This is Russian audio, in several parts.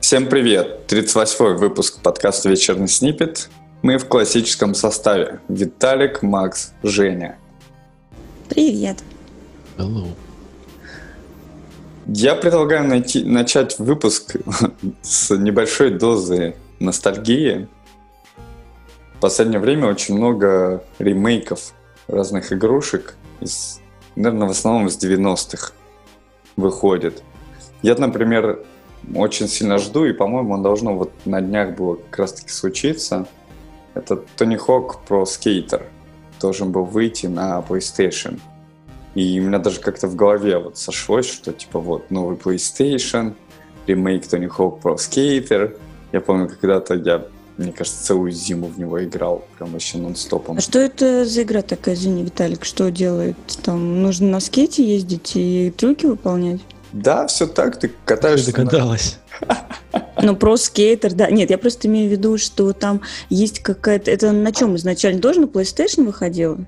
Всем привет! 38-й выпуск подкаста «Вечерний сниппет». Мы в классическом составе. Виталик, Макс, Женя. Привет. Hello. Я предлагаю начать выпуск с небольшой дозы ностальгии. В последнее время очень много ремейков разных игрушек, наверное, в основном из 90-х выходит. Я, например, очень сильно жду, и, по-моему, он должно вот на днях было как раз-таки случиться. Это Tony Hawk Pro Skater. Должен был выйти на PlayStation. И у меня даже как-то в голове вот сошлось, что типа вот новый PlayStation, ремейк Tony Hawk Pro Skater. Я помню, когда-то мне кажется, целую зиму в него играл, прям вообще нон-стопом. А что это за игра такая, извини, Виталик? Что делает? Там нужно на скейте ездить и трюки выполнять? Да, все так, ты катаешься. Ты догадалась. Ну, про скейтер, да. Нет, я просто имею в виду, что там есть какая-то... Это на чем изначально? Тоже на PlayStation выходило?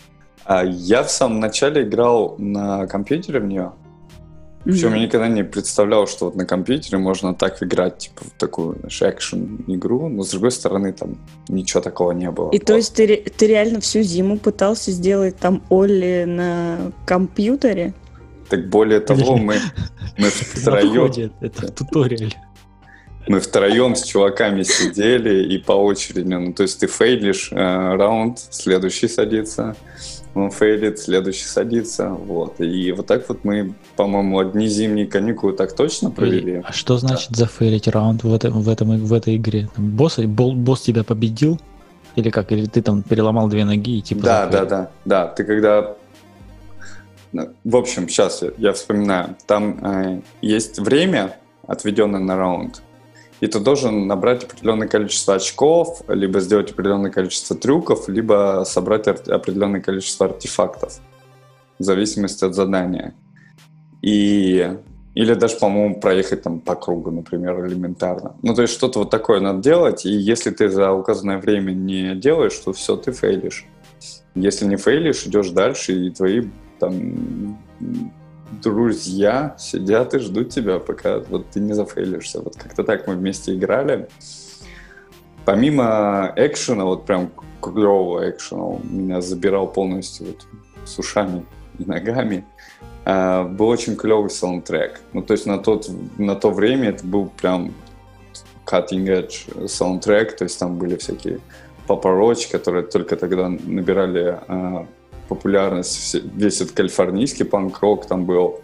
Я в самом начале играл на компьютере в нее. Причем я никогда не представлял, что вот на компьютере можно так играть, типа, в такую, знаешь, экшен-игру, но с другой стороны там ничего такого не было. И то есть ты реально всю зиму пытался сделать там Олли на компьютере? Так более того, мы втроем... Это туториал. Мы втроем с чуваками сидели и по очереди. Ну, то есть ты фейлишь раунд, следующий садится. Он фейлит, следующий садится. Вот. И вот так вот мы, по-моему, одни зимние каникулы так точно провели. А что значит зафейлить раунд в этой игре? Там босс тебя победил? Или как? Или ты там переломал две ноги и типа Да. Ты когда... В общем, сейчас я вспоминаю. Там есть время, отведенное на раунд, и ты должен набрать определенное количество очков, либо сделать определенное количество трюков, либо собрать определенное количество артефактов, в зависимости от задания. Или даже, по-моему, проехать там по кругу, например, элементарно. Ну, то есть что-то вот такое надо делать, и если ты за указанное время не делаешь, то все, ты фейлишь. Если не фейлишь, идешь дальше, и твои там друзья сидят и ждут тебя, пока вот ты не зафейлишься. Вот как-то так мы вместе играли. Помимо экшена, вот прям клевого экшена, меня забирал полностью вот с ушами и ногами, был очень клевый саундтрек. Ну, то есть на то время это был прям cutting edge саундтрек, то есть там были всякие Papa Roach, которые только тогда набирали популярность, весь этот калифорнийский панк-рок там был.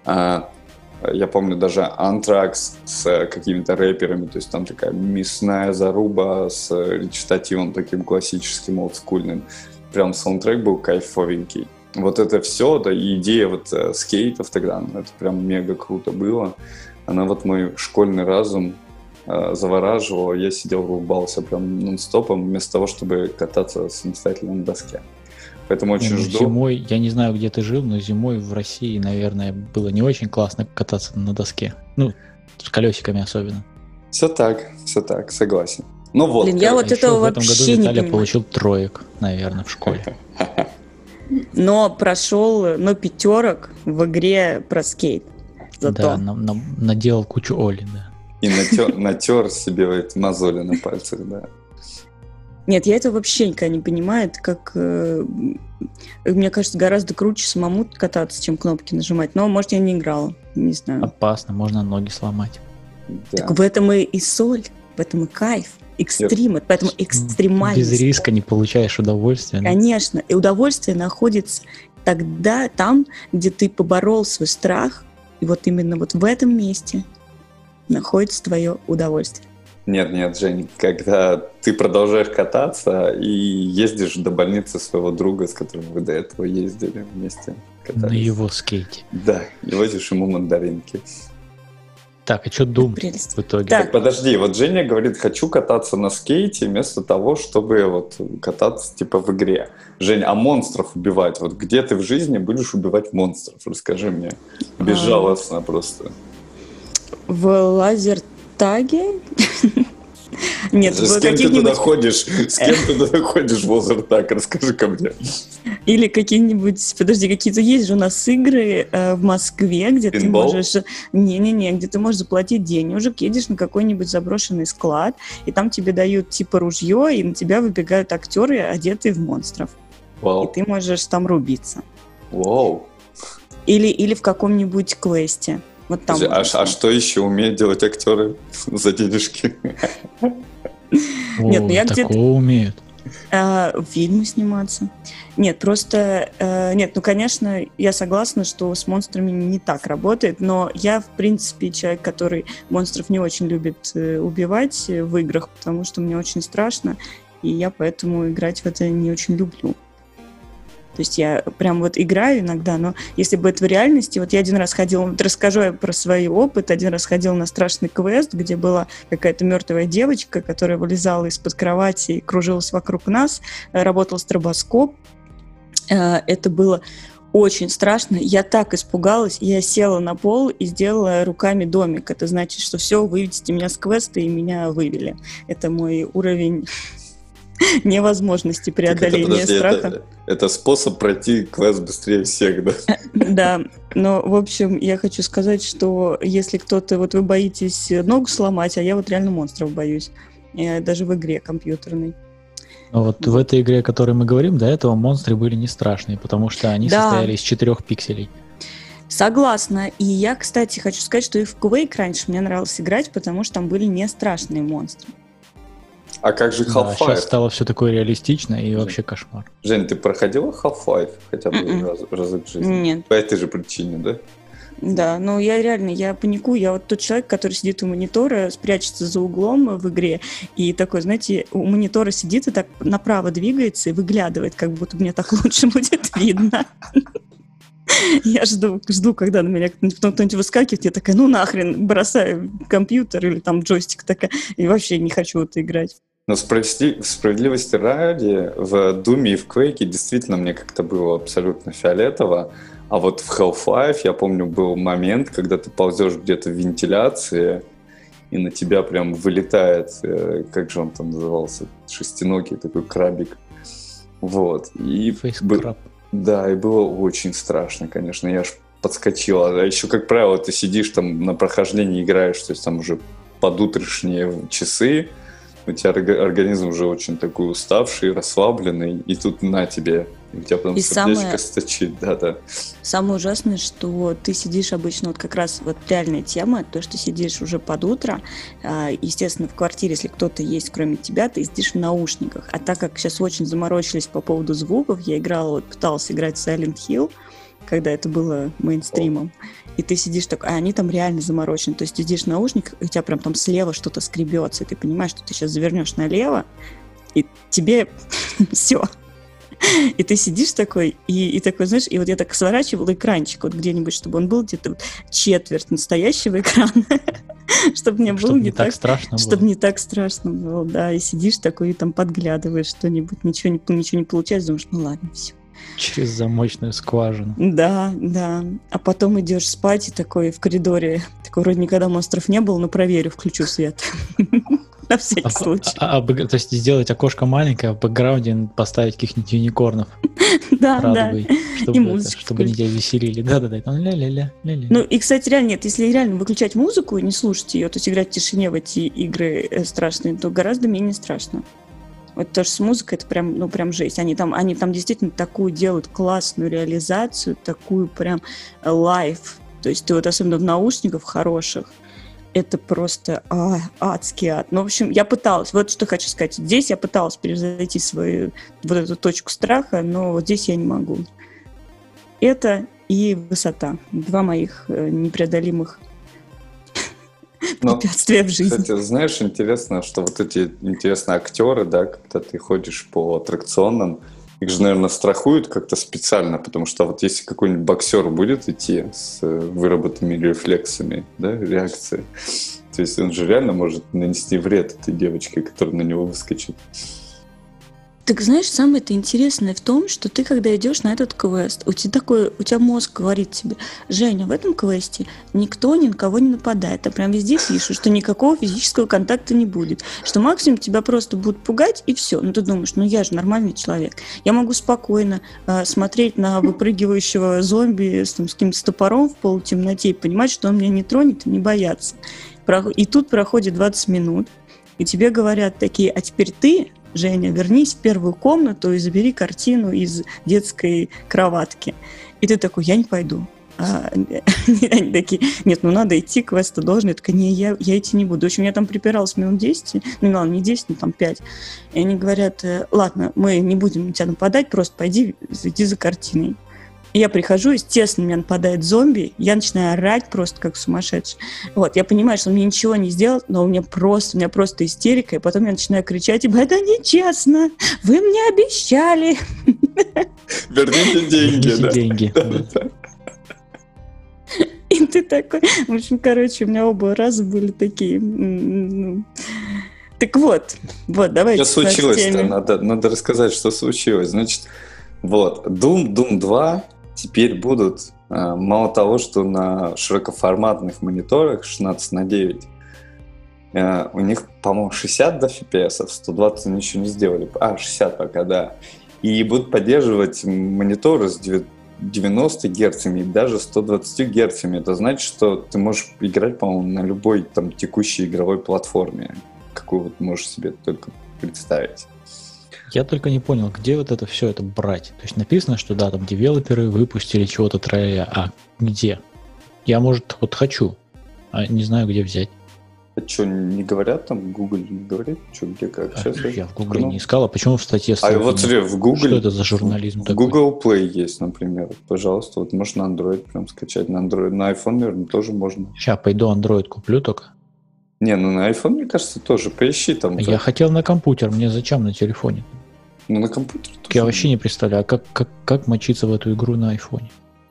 Я помню даже Anthrax с какими-то рэперами, то есть там такая мясная заруба с речитативом таким классическим, олдскульным. Прям саундтрек был кайфовенький. Вот это все, да, и идея вот скейтов тогда, это прям мега круто было. Она вот мой школьный разум завораживала. Я сидел, улыбался прям нон-стопом, вместо того, чтобы кататься самостоятельно на доске. Поэтому очень жду. Зимой, я не знаю, где ты жил, но зимой в России, наверное, было не очень классно кататься на доске. Ну, с колесиками особенно. Все так, согласен. Ну вот. Блин, я вот этого в этом вообще году не Виталий понимаю. получил троек, наверное, в школе. Но прошел, пятерок в игре про скейт. Зато. Да, наделал кучу Оли, да. И натер себе эти мозоли на пальцах, да. Нет, я этого вообще никогда не понимаю. Это как, мне кажется, гораздо круче самому кататься, чем кнопки нажимать. Но, может, я не играла, не знаю. Опасно, можно ноги сломать. Да. Так в этом и соль, в этом и кайф, экстрим, поэтому экстремальность. Без риска не получаешь удовольствия. Конечно, и удовольствие находится тогда там, где ты поборол свой страх, и вот именно вот в этом месте находится твое удовольствие. Нет, Жень, когда ты продолжаешь кататься и ездишь до больницы своего друга, с которым вы до этого ездили вместе. Катались. На его скейте. Да, и возишь ему мандаринки. Так, а что Doom Прелесть. в итоге? Так. Так, подожди, вот Женя говорит, хочу кататься на скейте вместо того, чтобы вот кататься типа в игре. Жень, а монстров убивать? Вот где ты в жизни будешь убивать монстров? Расскажи мне. Безжалостно просто. В лазертаге? Нет, С кем ты туда ходишь? С кем ты туда ходишь в лазертаг? Расскажи ко мне. Или какие-нибудь, подожди, какие-то есть же у нас игры в Москве, где ты Пинбол? можешь... Не-не-не, где ты можешь заплатить денежек, едешь на какой-нибудь заброшенный склад, и там тебе дают типа ружье, и на тебя выбегают актеры, одетые в монстров. И Вау. ты можешь там рубиться. Вау. Или в каком-нибудь квесте. Вот там. А что еще умеют делать актеры за денежки? Нет, ну я такого где-то... умеют. Фильмы сниматься. Нет, просто... Нет, ну, конечно, я согласна, что с монстрами не так работает, но я, в принципе, человек, который монстров не очень любит убивать в играх, потому что мне очень страшно, и я поэтому играть в это не очень люблю. То есть я прям вот играю иногда, но если бы это в реальности... Вот я один раз ходила... Вот расскажу я про свой опыт. Один раз ходила на страшный квест, где была какая-то мертвая девочка, которая вылезала из-под кровати и кружилась вокруг нас. Работал стробоскоп. Это было очень страшно. Я так испугалась. Я села на пол и сделала руками домик. Это значит, что все, выведите меня с квеста, и меня вывели. Это мой уровень... невозможности преодоления страха. Это способ пройти квест быстрее всех, да? Да, но, в общем, я хочу сказать, что если кто-то, вот вы боитесь ногу сломать, а я вот реально монстров боюсь, даже в игре компьютерной. Вот в этой игре, о которой мы говорим, до этого монстры были не страшные, потому что они состояли из 4 пикселей. Согласна. И я, кстати, хочу сказать, что и в Quake раньше мне нравилось играть, потому что там были не страшные монстры. А как же Half-Life? Сейчас стало все такое реалистичное и вообще кошмар. Жень, ты проходила Half-Life хотя бы разок в жизни? Нет. По этой же причине, да? Да, но я паникую, я вот тот человек, который сидит у монитора, спрячется за углом в игре, и такой, знаете, у монитора сидит и так направо двигается и выглядывает, как будто мне так лучше будет видно. Я жду, когда на меня кто-нибудь выскакивает, я такая, ну нахрен, бросаю компьютер или там джойстик такая, и вообще не хочу в это играть. Но справедливости ради, в Думе и в Quake действительно мне как-то было абсолютно фиолетово. А вот в Half-Life, я помню, был момент, когда ты ползешь где-то в вентиляции, и на тебя прям вылетает, как же он там назывался, шестиногий такой крабик. Вот. Фейскраб. Да, и было очень страшно, конечно. Я аж подскочил. А еще, как правило, ты сидишь там на прохождении, играешь, то есть там уже подутрешние часы, у тебя организм уже очень такой уставший, расслабленный, и тут на тебе, и у тебя потом сердечко стучит. Да. Самое ужасное, что ты сидишь обычно, вот как раз вот реальная тема, то, что сидишь уже под утро, естественно, в квартире, если кто-то есть, кроме тебя, ты сидишь в наушниках. А так как сейчас очень заморочились по поводу звуков, я пыталась играть в Silent Hill, когда это было мейнстримом, и ты сидишь такой, а они там реально заморочены. То есть ты сидишь в наушниках, и у тебя прям там слева что-то скребется, и ты понимаешь, что ты сейчас завернешь налево, и тебе все. И ты сидишь такой, и такой, знаешь, и вот я так сворачивала экранчик вот где-нибудь, чтобы он был где-то четверть настоящего экрана, чтобы мне было не так страшно. Чтобы не так страшно было, да. И сидишь такой, и там подглядываешь что-нибудь, ничего не получается, думаешь, ну ладно, все. Через замочную скважину. Да. А потом идешь спать, и такой в коридоре, такой, вроде никогда монстров не было, но проверю, включу свет. На всякий случай. То есть сделать окошко маленькое, а в бэкграунде поставить каких-нибудь юникорнов. Да. Чтобы они тебя веселили. Да. Там ля-ля-ля. Ну и, кстати, реально нет, если реально выключать музыку и не слушать ее, то есть играть в тишине в эти игры страшные, то гораздо менее страшно. Вот тоже с музыкой это прям жесть. Они там действительно такую делают классную реализацию, такую прям лайв. То есть ты вот особенно в наушниках хороших, это просто адский ад. Ну, в общем, я пыталась, вот что хочу сказать. Здесь я пыталась превзойти свою вот эту точку страха, но вот здесь я не могу. Это и высота. 2 моих непреодолимых препятствия в жизни. Кстати, знаешь, интересно, что вот эти интересные актеры, да, когда ты ходишь по аттракционам, их же, наверное, страхуют как-то специально, потому что вот если какой-нибудь боксер будет идти с выработанными рефлексами, да, реакции, то есть он же реально может нанести вред этой девочке, которая на него выскочит. Так знаешь, самое-то интересное в том, что ты, когда идешь на этот квест, у тебя мозг говорит тебе: Женя, в этом квесте никто ни на кого не нападает. А прям везде пишут, что никакого физического контакта не будет. Что максимум тебя просто будут пугать, и все. Ну ты думаешь, ну я же нормальный человек. Я могу спокойно смотреть на выпрыгивающего зомби с каким-то топором в полутемноте и понимать, что он меня не тронет, и не бояться. И тут проходит 20 минут, и тебе говорят такие: а теперь ты, Женя, вернись в первую комнату и забери картину из детской кроватки. И ты такой: я не пойду. Они такие: нет, ну надо идти, квест должен. Я такая: не, я идти не буду. В общем, я там припиралась минут 10, ну ладно, не 10, но там 5. И они говорят: ладно, мы не будем на тебя нападать, просто пойди, иди за картиной. И я прихожу, естественно, меня нападает зомби, я начинаю орать просто как сумасшедший. Вот, я понимаю, что он мне ничего не сделал, но у меня просто истерика, и потом я начинаю кричать, типа: это нечестно, вы мне обещали. Верните деньги. Верните деньги. И ты такой... В общем, короче, у меня оба раза были такие... Так вот, давайте. Что случилось-то? Надо рассказать, что случилось. Значит, вот, Doom 2 теперь будут, мало того, что на широкоформатных мониторах 16:9, у них, по-моему, 60 FPS, 120 они еще не сделали. 60 пока, да. И будут поддерживать мониторы с 90 герцами и даже 120 герцами. Это значит, что ты можешь играть, по-моему, на любой там текущей игровой платформе, какую вот можешь себе только представить. Я только не понял, где вот это все это брать. То есть написано, что да, там девелоперы выпустили чего-то троя, а где? Я, может, вот хочу, а не знаю, где взять. А что, не говорят там? Google не говорит? Что, где, как? Сейчас я в Google не искал, а почему в статье А вот смотри, в Google... Что это за журнализм такой? Google Play есть, например. Пожалуйста, вот можешь на Android прям скачать. На Android, на iPhone, наверное, тоже можно. Сейчас пойду Android куплю только. Не, ну на iPhone, мне кажется, тоже. Поищи там. Я хотел на компьютер, мне зачем на телефоне? Ну на компьютере тоже. Я вообще не представляю, как мочиться в эту игру на айфоне.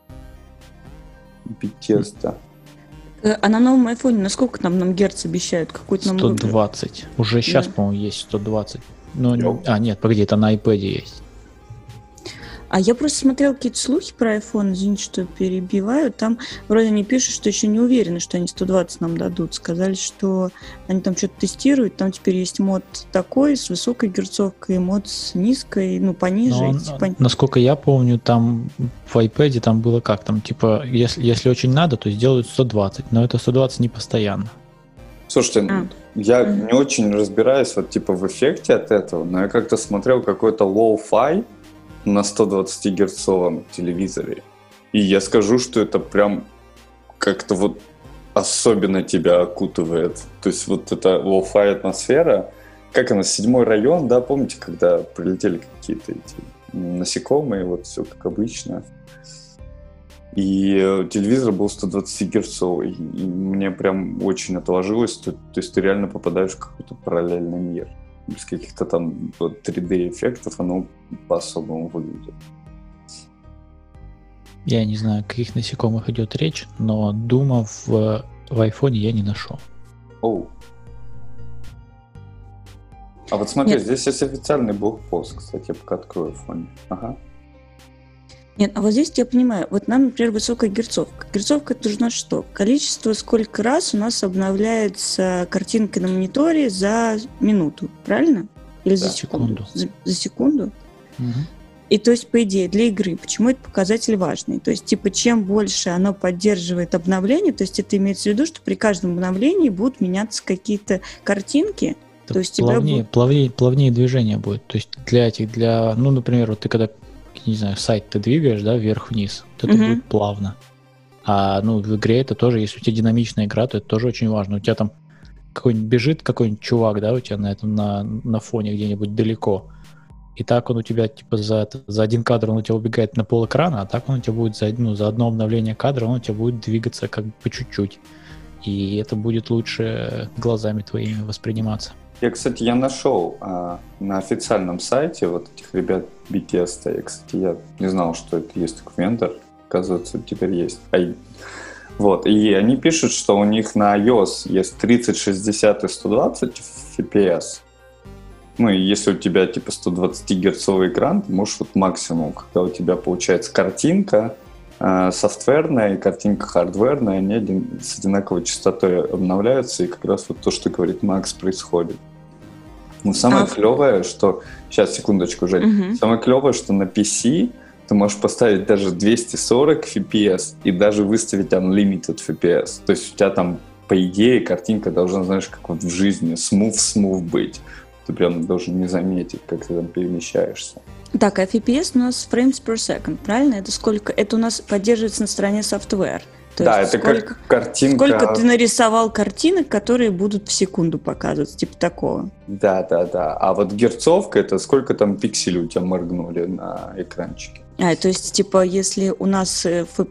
Bethesda. А на новом айфоне насколько там нам герц обещают? Какой-то нам 120. Уже сейчас, да. По-моему, есть 120. Но, нет, погоди, это на iPad есть. А я просто смотрел какие-то слухи про iPhone, извините, что перебиваю. Там вроде они пишут, что еще не уверены, что они 120 нам дадут. Сказали, что они там что-то тестируют. Там теперь есть мод такой, с высокой герцовкой, мод с низкой, ну, пониже. Насколько я помню, там в iPad там было как? Там, типа, если очень надо, то сделают 120. Но это 120 не постоянно. Слушайте, я не очень разбираюсь вот типа в эффекте от этого, но я как-то смотрел какой-то low-fi на 120-герцовом телевизоре. И я скажу, что это прям как-то вот особенно тебя окутывает. То есть вот эта лоу-фай атмосфера, как она, 7-й район, да, помните, когда прилетели какие-то эти насекомые, вот все как обычно. И телевизор был 120-герцовый, и мне прям очень отложилось. То есть ты реально попадаешь в какой-то параллельный мир. Без каких-то там 3D-эффектов оно по-особому выглядит. Я не знаю, о каких насекомых идет речь, но Дума в айфоне я не нашел. Оу. А вот смотри, здесь есть официальный блогпост, кстати, я пока открою в фоне. Ага. Нет, а вот здесь я понимаю, вот нам, например, высокая герцовка. Герцовка это нужно что? Количество, сколько раз у нас обновляется картинка на мониторе за минуту, правильно? Или за секунду? За секунду? Угу. И то есть, по идее, для игры, почему этот показатель важный? То есть, типа, чем больше оно поддерживает обновление, то есть это имеется в виду, что при каждом обновлении будут меняться какие-то картинки, то есть плавнее движение будет. То есть ну, например, вот ты когда, не знаю, сайт ты двигаешь, да, вверх-вниз, то это будет плавно. А, ну, в игре это тоже, если у тебя динамичная игра, то это тоже очень важно. У тебя там бежит какой-нибудь чувак, да, у тебя на фоне где-нибудь далеко, и так он у тебя, типа, за один кадр он у тебя убегает на пол экрана, а так он у тебя будет за одно обновление кадра, он у тебя будет двигаться как бы по чуть-чуть. И это будет лучше глазами твоими восприниматься. Я нашел на официальном сайте вот этих ребят Bethesda. Я не знал, что это есть такой вендор. Оказывается, теперь есть. Вот. И они пишут, что у них на iOS есть 30, 60 и 120 FPS. Ну, и если у тебя типа 120-герцовый экран, ты можешь вот максимум, когда у тебя получается картинка софтверная и картинка хардверная, они с одинаковой частотой обновляются, и как раз вот то, что говорит Макс, происходит. Ну, самое клевое, что... Сейчас, секундочку, Жень. Самое клевое, что на PC ты можешь поставить даже 240 FPS и даже выставить Unlimited FPS. То есть у тебя там, по идее, картинка должна, знаешь, как вот в жизни, смув быть. Ты прям должен не заметить, как ты там перемещаешься. Так, а FPS у нас frames per second, правильно? Это сколько? Это у нас поддерживается на стороне software. То да, есть это как картинка... Сколько ты нарисовал картинок, которые будут в секунду показываться, типа такого. Да. А вот герцовка — это сколько там пикселей у тебя моргнули на экранчике. То есть, типа, если у нас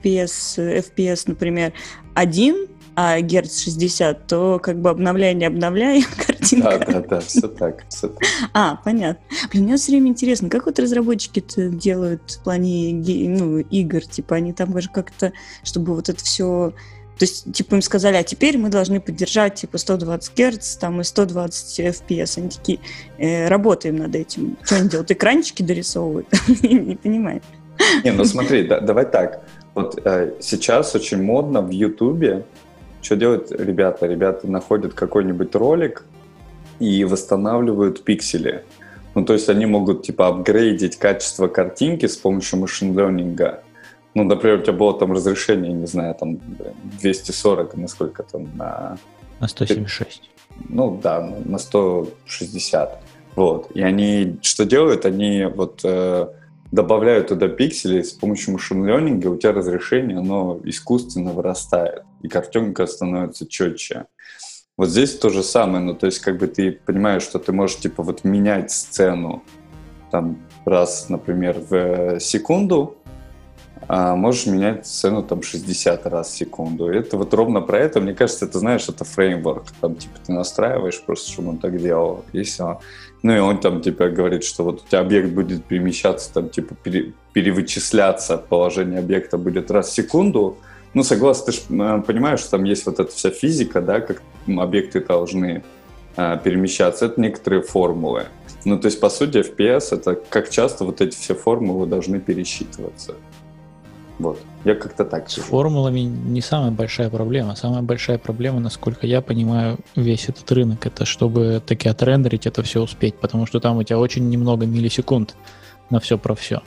FPS, например, 1, а герц 60, то как бы обновляй, не обновляй, картинка. Да, все так. Понятно. Блин, мне все время интересно, как вот разработчики-то делают в плане игр, типа, они там же как-то, чтобы вот это все... То есть, типа, им сказали, а теперь мы должны поддержать, типа, 120 Гц там, и 120 FPS. Они такие, работаем над этим. Что они делают? Экранчики дорисовывают? Не понимаю. Не, ну смотри, давай так. Вот сейчас очень модно в Ютубе. Что делают ребята? Ребята находят какой-нибудь ролик и восстанавливают пиксели. Ну, то есть они могут, типа, апгрейдить качество картинки с помощью машин-лернинга. Ну, например, у тебя было там разрешение, не знаю, там 240, насколько там, на 176. Ну, да, на 160. Вот. И они что делают? Они вот добавляют туда пиксели с помощью машин-лернинга, у тебя разрешение, оно искусственно вырастает, и картинка становится четче. Вот здесь то же самое, ну, то есть как бы ты понимаешь, что ты можешь, типа, вот менять сцену там раз, например, в секунду, а можешь менять сцену там 60 раз в секунду. И это вот ровно про это, мне кажется, это, знаешь, это фреймворк. Там, типа, ты настраиваешь просто, чтобы он так делал, и все. Ну, и он там, типа, говорит, что вот у тебя объект будет перемещаться, там, типа, перевычисляться, положение объекта будет раз в секунду. Ну, согласно, ты же понимаешь, что там есть вот эта вся физика, да, как объекты должны перемещаться. Это некоторые формулы. Ну, то есть, по сути, FPS — это как часто вот эти все формулы должны пересчитываться. Вот. Я как-то так. С формулами не самая большая проблема. Самая большая проблема, насколько я понимаю, весь этот рынок, это чтобы таки отрендерить это все успеть, потому что там у тебя очень немного миллисекунд на все про все.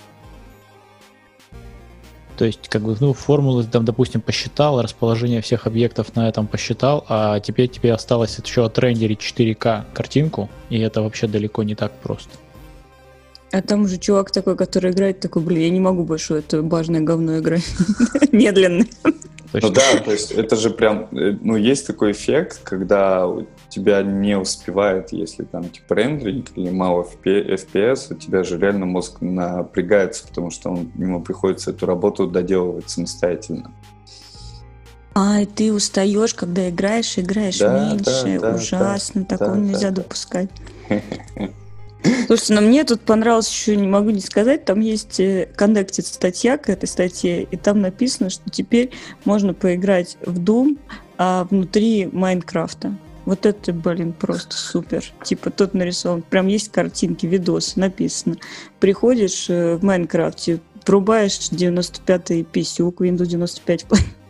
То есть, как бы, формулы, там, допустим, посчитал, расположение всех объектов на этом посчитал, а теперь тебе осталось еще отрендерить 4К картинку, и это вообще далеко не так просто. А там уже чувак такой, который играет, такой, блин, я не могу больше это бажное говно играть. Медленно. Ну да, то есть это же прям, ну, есть такой эффект, когда у тебя не успевает, если там типа рендеринг или мало FPS, у тебя же реально мозг напрягается, потому что ему приходится эту работу доделывать самостоятельно. И ты устаешь, когда играешь меньше, ужасно, такого нельзя допускать. Слушайте, но мне тут понравилось еще, не могу не сказать, там есть коннектит статья к этой статье, и там написано, что теперь можно поиграть в Doom внутри Майнкрафта. Вот это, блин, просто супер. Типа тут нарисован, прям есть картинки, видосы, написано. Приходишь в Майнкрафте, врубаешь 95-й писюк, Windows 95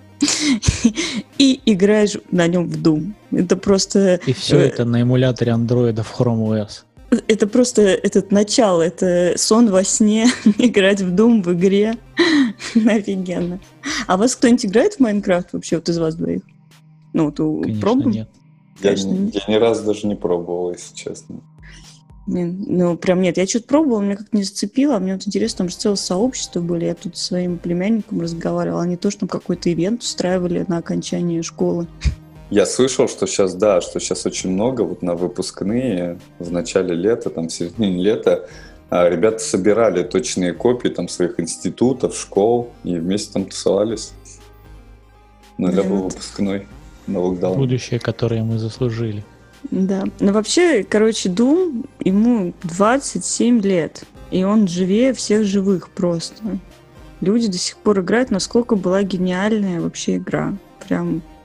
и играешь на нем в Doom. Это просто... И все это на эмуляторе андроида в Chrome OS. Это просто начало, это сон во сне, играть в Doom в игре. Офигенно. А вас кто-нибудь играет в Майнкрафт вообще, вот из вас двоих? Ну, вот Конечно, нет. Я ни разу даже не пробовал, если честно. Ну, прям нет. Я что-то пробовала, меня как-то не зацепило. Мне вот интересно, там же целое сообщество были. Я тут со своим племянником разговаривала. Они тоже там какой-то ивент устраивали на окончание школы. Я слышал, что сейчас очень много, вот на выпускные, в начале лета, там, в середине лета, ребята собирали точные копии там своих институтов, школ, и вместе там тусовались. Ну, это был выпускной на локдаун. Будущее, которое мы заслужили. Да. Ну, вообще, короче, Doom, ему 27 лет, и он живее всех живых просто. Люди до сих пор играют, насколько была гениальная вообще игра. Прям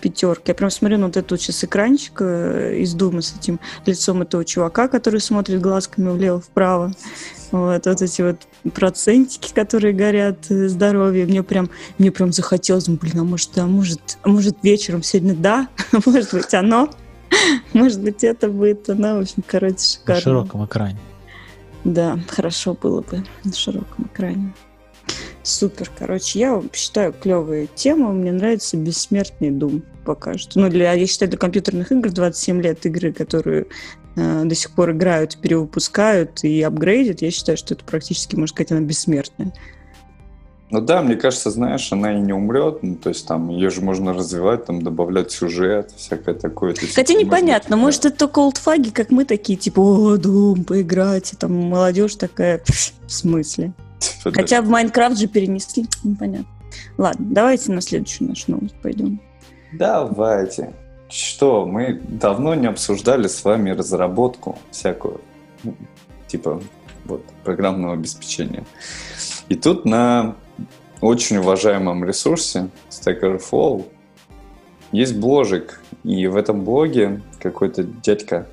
5. Я прям смотрю на вот этот вот сейчас экранчик из Дума с этим лицом этого чувака, который смотрит глазками влево-вправо. Вот эти вот процентики, которые горят, здоровье. Мне прям захотелось, а может вечером сегодня да? Может быть оно? Может быть это будет оно? В общем, короче, шикарно. На широком экране. Да, хорошо было бы на широком экране. Супер, короче, я считаю клевая тема, мне нравится «Бессмертный Doom» пока что. Я считаю, для компьютерных игр 27 лет игры, которые до сих пор играют, перевыпускают и апгрейдят, я считаю, что это практически, можно сказать, она бессмертная. Ну да, мне кажется, знаешь, она и не умрет, то есть там ее же можно развивать, там добавлять сюжет, всякое такое. Хотя непонятно, может это только олдфаги, как мы такие, типа, Doom, поиграть, и там молодежь такая, в смысле? Хотя в Майнкрафт же перенесли, непонятно. Ладно, давайте на следующую нашу новость пойдем. Давайте. Что, мы давно не обсуждали с вами разработку всякую, типа вот программного обеспечения. И тут на очень уважаемом ресурсе Stack Overflow есть бложик, и в этом блоге какой-то дядька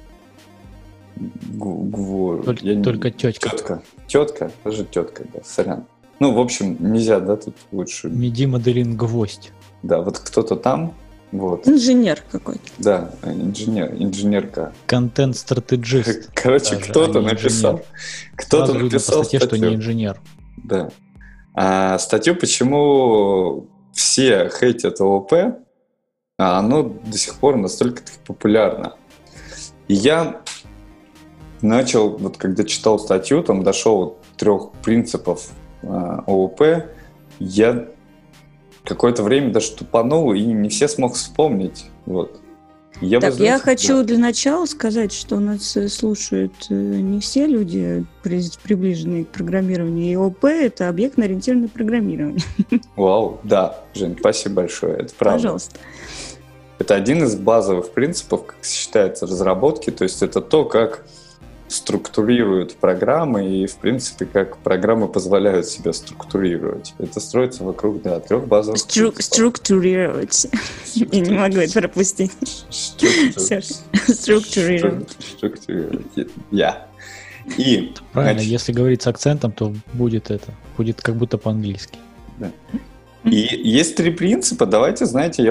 Только тетка. Тетка, даже тетка, да, сорян. Ну, в общем, нельзя, да, тут лучше. Меди-моделин гвоздь. Да, вот кто-то там, вот. Инженер какой-то. Да, инженерка. Контент-стратегист. Короче, даже, кто-то написал. Кто-то написал статью, что не инженер. Да. А статью, почему все хейтят ООП, а оно до сих пор настолько популярно. И я начал, вот когда читал статью, там дошел до 3 принципов ООП, я какое-то время даже тупанул и не все смог вспомнить. Вот. Я хочу для начала сказать, что нас слушают не все люди, приближенные к программированию. И ООП — это объектно-ориентированное программирование. Вау, да, Жень, спасибо большое, это правда. Пожалуйста. Это один из базовых принципов, как считается, разработки, то есть это то, как структурируют программы и, в принципе, как программы позволяют себя структурировать. Это строится вокруг, 3 базовых принципов. Структурировать. Я не могу это пропустить. Структурировать. И, правильно, если говорить с акцентом, то будет как будто по-английски. Да. И есть 3 принципа. Давайте, знаете,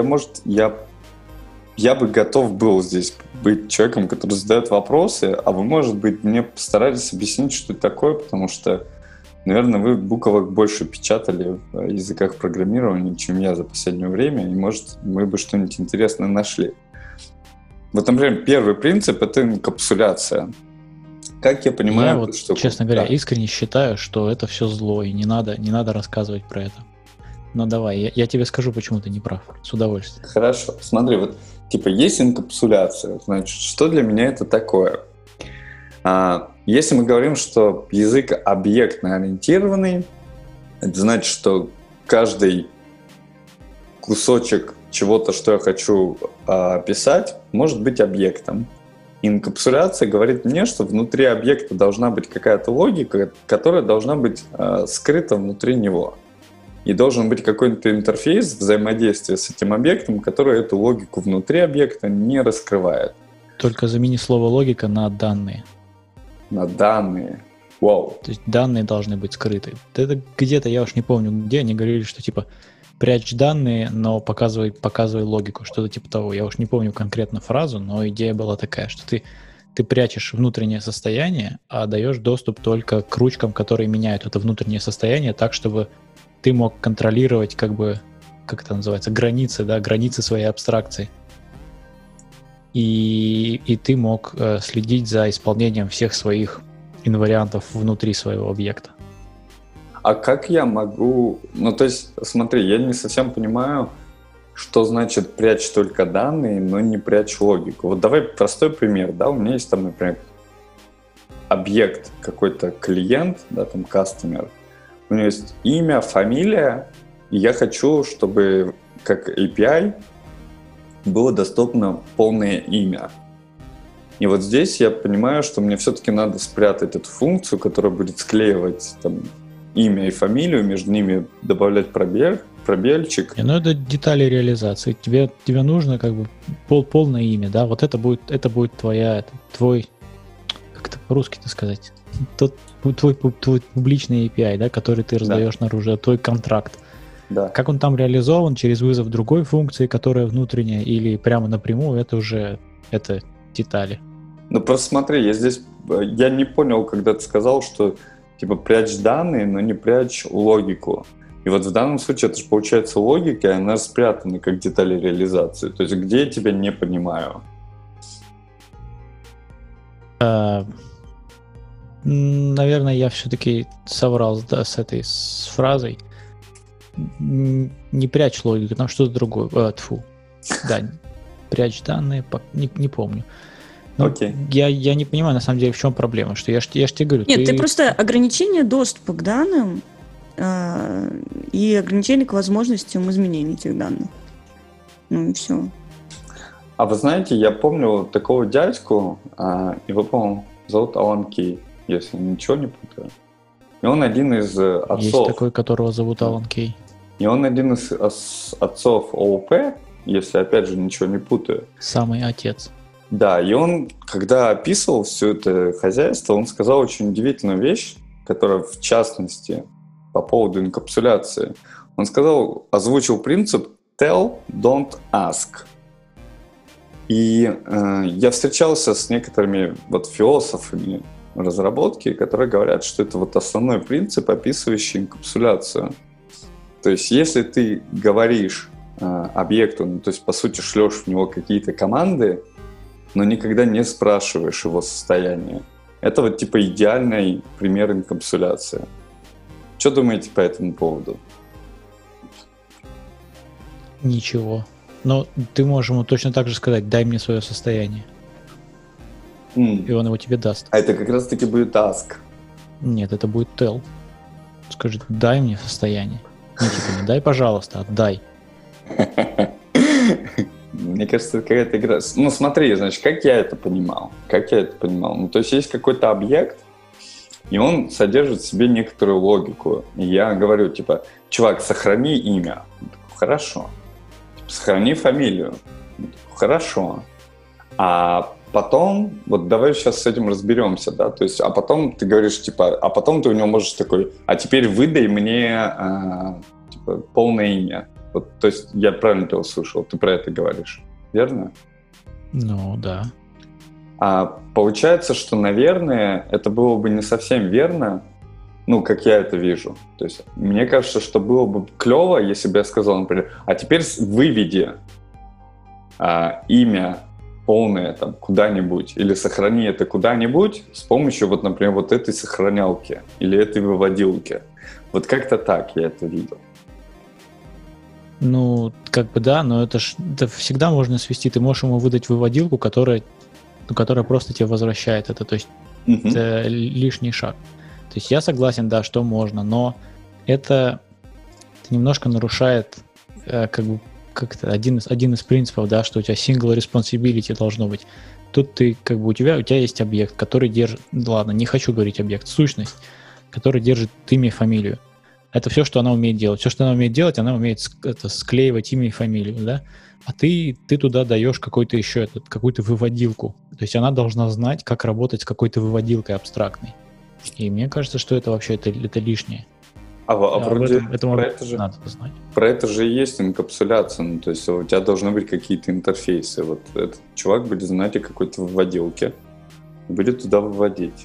я бы готов был здесь быть человеком, который задает вопросы, а вы, может быть, мне постарались объяснить, что это такое, потому что, наверное, вы буквок больше печатали в языках программирования, чем я за последнее время, и, может, мы бы что-нибудь интересное нашли. Вот, например, первый принцип — это инкапсуляция. Как я понимаю... Я вот, честно говоря, искренне считаю, что это все зло, и не надо рассказывать про это. Ну давай, я тебе скажу, почему ты не прав. С удовольствием. Хорошо. Смотри, вот есть инкапсуляция. Значит, что для меня это такое? Если мы говорим, что язык объектно-ориентированный, это значит, что каждый кусочек чего-то, что я хочу описать, может быть объектом. Инкапсуляция говорит мне, что внутри объекта должна быть какая-то логика, которая должна быть скрыта внутри него. И должен быть какой-то интерфейс взаимодействия с этим объектом, который эту логику внутри объекта не раскрывает. Только замени слово «логика» на «данные». На данные. Вау. То есть данные должны быть скрыты. Это где-то, я уж не помню, где они говорили, что типа прячь данные, но показывай логику, что-то типа того. Я уж не помню конкретно фразу, но идея была такая, что ты прячешь внутреннее состояние, а даешь доступ только к ручкам, которые меняют это внутреннее состояние так, чтобы ты мог контролировать, как это называется, границы своей абстракции. И ты мог следить за исполнением всех своих инвариантов внутри своего объекта. А как я могу... то есть, смотри, я не совсем понимаю, что значит прячь только данные, но не прячь логику. Вот давай простой пример, у меня есть там, например, объект, какой-то клиент, там, customer. У него есть имя, фамилия, и я хочу, чтобы как API было доступно полное имя. И вот здесь я понимаю, что мне все-таки надо спрятать эту функцию, которая будет склеивать там имя и фамилию, между ними добавлять пробельчик. Ну, это детали реализации. Тебе нужно как бы полное имя, да? Вот это будет твой, как это по-русски-то сказать? Твой публичный API, да, который ты раздаешь наружу, твой контракт. Да. Как он там реализован через вызов другой функции, которая внутренняя, или прямо напрямую, это детали. Ну просто смотри, я не понял, когда ты сказал, что типа прячь данные, но не прячь логику. И вот в данном случае это же получается логика, и она спрятана как детали реализации. То есть где я тебя не понимаю? Наверное, я все-таки соврал с фразой. Не прячь логику, там что-то другое. Да, прячь данные, не помню. Окей. Я не понимаю, на самом деле, в чем проблема. Что я ж тебе говорю. Нет, ты просто ограничение доступа к данным и ограничение к возможностям изменения этих данных. Ну и все. А вы знаете, я помню такого дядьку, его, по-моему, зовут Алан Кей, если ничего не путаю. И он один из отцов. Есть такой, которого зовут Алан Кей. И он один из отцов ООП, если, опять же, ничего не путаю. Самый отец. Да, и он, когда описывал все это хозяйство, он сказал очень удивительную вещь, которая, в частности, по поводу инкапсуляции. Он озвучил принцип «tell, don't ask». И я встречался с некоторыми философами разработки, которые говорят, что это основной принцип, описывающий инкапсуляцию. То есть если ты говоришь объекту, то есть по сути шлешь в него какие-то команды, но никогда не спрашиваешь его состояние. Это идеальный пример инкапсуляции. Что думаете по этому поводу? Ничего. Но ты можешь ему точно так же сказать: дай мне свое состояние. И он его тебе даст. А это как раз-таки будет ask. Нет, это будет tell. Скажет: дай мне состояние. Не дай, пожалуйста, а дай. Мне кажется, это какая-то игра. Ну, смотри, значит, как я это понимал? Ну, то есть какой-то объект, и он содержит в себе некоторую логику. И я говорю, чувак, сохрани имя. Он такой: хорошо. Сохрани фамилию. Он такой: хорошо. А потом, давай сейчас с этим разберемся, да, то есть, а потом ты говоришь, а потом ты у него можешь такой: а теперь выдай мне, полное имя. То есть я правильно тебя услышал, ты про это говоришь, верно? Ну, да. А получается, что, наверное, это было бы не совсем верно, как я это вижу. То есть мне кажется, что было бы клево, если бы я сказал, например: а теперь выведи имя полное куда-нибудь, или сохрани это куда-нибудь с помощью, например, этой сохранялки или этой выводилки. Как-то так я это видел. Ну, да, но это всегда можно свести. Ты можешь ему выдать выводилку, которая просто тебе возвращает это. То есть это лишний шаг. То есть я согласен, да, что можно, но это немножко нарушает как-то один из принципов, да, что у тебя single responsibility должно быть. Тут ты у тебя есть объект, который держит, ладно, не хочу говорить объект, сущность, который держит имя и фамилию. Это все, что она умеет делать. Все, что она умеет делать, она умеет склеивать имя и фамилию, да? А ты туда даешь какую-то выводилку. То есть она должна знать, как работать с какой-то выводилкой абстрактной. И мне кажется, что это вообще это лишнее. Вроде про это же надо знать. Про это же и есть инкапсуляция. То есть у тебя должны быть какие-то интерфейсы. Этот чувак будет знать о какой-то выводилке и будет туда выводить.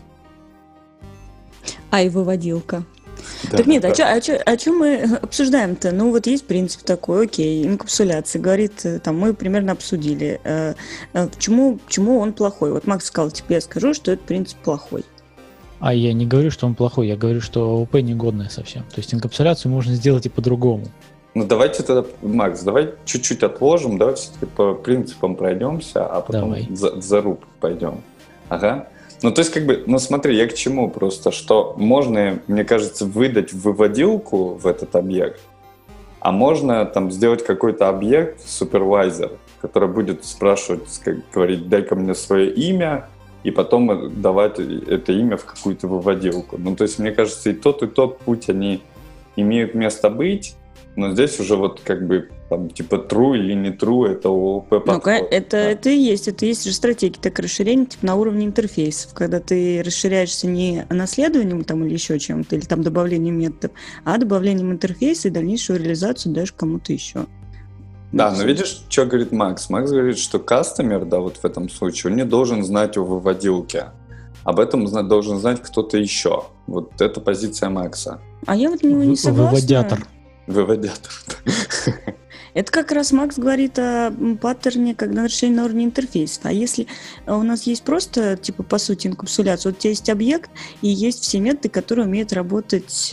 И выводилка. Да, Так нет, о чем мы обсуждаем-то? Ну, есть принцип такой, окей, инкапсуляция. Говорит, мы примерно обсудили. Почему он плохой? Макс сказал, тебе я скажу, что этот принцип плохой. А я не говорю, что он плохой, я говорю, что ООП негодное совсем. То есть инкапсуляцию можно сделать и по-другому. Ну, давайте тогда, Макс, давай чуть-чуть отложим, давай все-таки по принципам пройдемся, а потом в зарубку пойдем. Ага. Ну, то есть, смотри, я к чему просто, что можно, мне кажется, выдать выводилку в этот объект, а можно сделать какой-то объект, супервайзер, который будет спрашивать, говорить: дай-ка мне свое имя, и потом давать это имя в какую-то выводилку. Ну, то есть, мне кажется, и тот путь, они имеют место быть, но здесь уже вот как бы там типа true или не true, это ООП подход. Ну, это и есть же стратегия так расширения типа на уровне интерфейсов, когда ты расширяешься не наследованием там, или еще чем-то, или там добавлением методов, а добавлением интерфейса и дальнейшую реализацию даешь кому-то еще. Да, но видишь, что говорит Макс? Макс говорит, что кастомер, да, вот в этом случае, он не должен знать о выводилке. Об этом должен знать кто-то еще. Вот это позиция Макса. А я вот не согласна. Выводятор. Это как раз Макс говорит о паттерне, когда расширение на уровне интерфейса. А если у нас есть просто, типа, по сути, инкапсуляция, вот у тебя есть объект, и есть все методы, которые умеют работать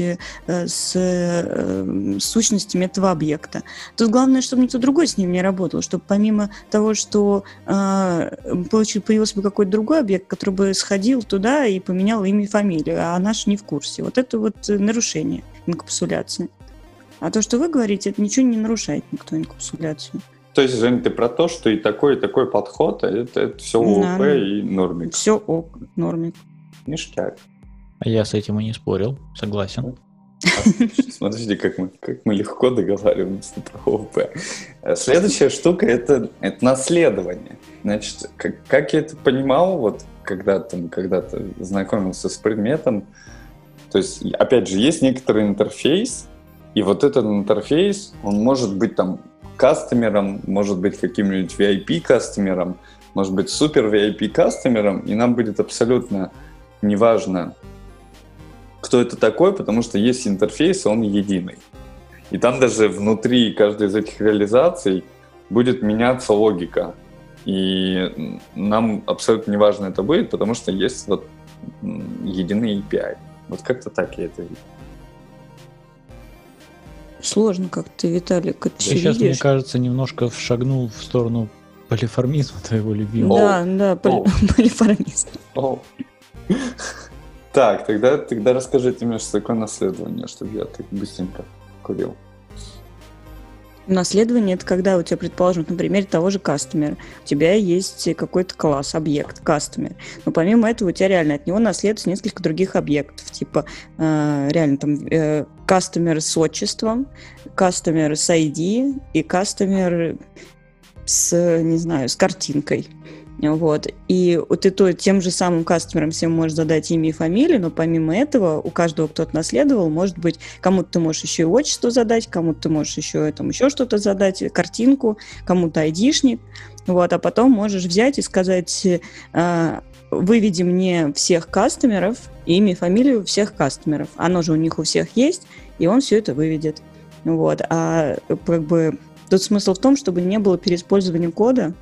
с сущностями этого объекта. Тут главное, чтобы никто другой с ним не работал, чтобы помимо того, что появился бы какой-то другой объект, который бы сходил туда и поменял имя и фамилию, а наш не в курсе. Вот это вот нарушение инкапсуляции. А то, что вы говорите, это ничего не нарушает никто инкапсуляцию. То есть, Жень, ты про то, что и такой подход, а это все ООП и нормик. Все ок, нормик. Ништяк. А я с этим и не спорил, согласен. Смотрите, как мы легко договариваемся про ООП. Следующая штука – это наследование. Значит, как я это понимал, вот когда-то знакомился с предметом, то есть, опять же, есть некоторый интерфейс, и вот этот интерфейс, он может быть там кастомером, может быть каким-нибудь VIP-кастомером, может быть супер VIP-кастомером, и нам будет абсолютно неважно, кто это такой, потому что есть интерфейс, он единый. И там даже внутри каждой из этих реализаций будет меняться логика. И нам абсолютно неважно это будет, потому что есть вот единый API. Вот как-то так я это вижу. Сложно как-то, Виталик, это все сейчас, видишь. Мне кажется, немножко шагнул в сторону полиформизма твоего любимого. Да, полиформизм. Так, тогда расскажите мне, что такое наследование, чтобы я так быстренько курил. Наследование – это когда у тебя, предположим, на примере того же кастомера, у тебя есть какой-то класс, объект, кастомер, но помимо этого у тебя реально от него наследуется несколько других объектов, типа реально там кастомер с отчеством, кастомер с ID и кастомер с картинкой. Вот. И ты тем же самым кастомерам всем можешь задать имя и фамилию, но помимо этого у каждого, кто наследовал, может быть, кому-то ты можешь еще и отчество задать, кому-то ты можешь еще что-то задать, картинку, кому-то айдишник. Вот. А потом можешь взять и сказать, выведи мне всех кастомеров, имя и фамилию всех кастомеров. Оно же у них у всех есть, и он все это выведет. Вот. А как бы тут смысл в том, чтобы не было переиспользования кода.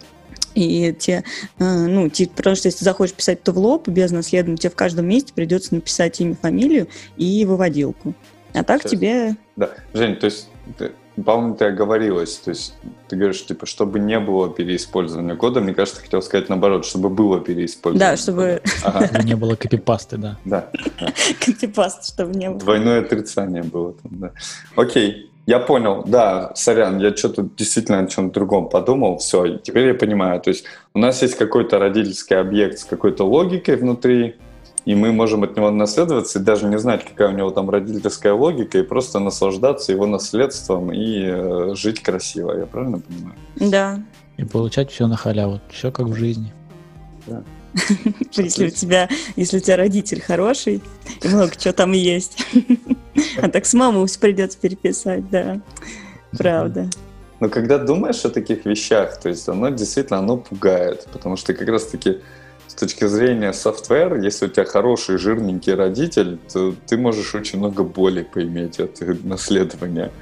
И потому что если захочешь писать это в лоб, без наследования, тебе в каждом месте придется написать имя, фамилию и выводилку. А так сейчас тебе... Да, Жень, то есть, по-моему, ты оговорилась, то есть ты говоришь, типа, чтобы не было переиспользования кода, мне кажется, ты хотел сказать наоборот, чтобы было переиспользование. Да, чтобы... Чтобы не было копипасты, да. Да. Копипаст, чтобы не было. Двойное отрицание было там, да. Окей. Я понял, да, сорян, я что-то действительно о чем-то другом подумал, все, теперь я понимаю, то есть у нас есть какой-то родительский объект с какой-то логикой внутри, и мы можем от него наследоваться и даже не знать, какая у него там родительская логика, и просто наслаждаться его наследством и жить красиво, я правильно понимаю? Да. И получать все на халяву, все как в жизни. Да. Если у тебя родитель хороший, и много чего там есть. А так с мамой придется переписать, да. Правда. Но когда думаешь о таких вещах, то есть оно действительно пугает, потому что как раз-таки с точки зрения софтвера, если у тебя хороший жирненький родитель, то ты можешь очень много боли поиметь от наследования.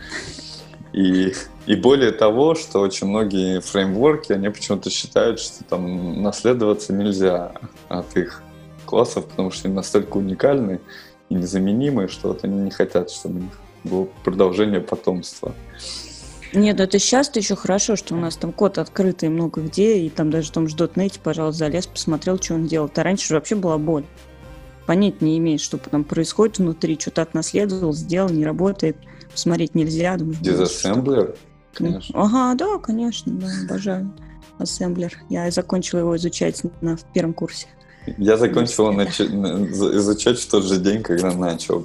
И более того, что очень многие фреймворки, они почему-то считают, что там наследоваться нельзя от их классов, потому что они настолько уникальны и незаменимы, что вот они не хотят, чтобы у них было продолжение потомства. Нет, это сейчас-то еще хорошо, что у нас там код открытый много где, и там даже в том же .NET, пожалуйста, залез, посмотрел, что он делает. А раньше же вообще была боль. Понять не имеешь, что там происходит внутри, что-то отнаследовал, сделал, не работает, посмотреть нельзя. Дизассемблер? Конечно. Ага, да, конечно, да, обожаю ассемблер. Я закончила его изучать в первом курсе. Я закончил изучать в тот же день, когда начал.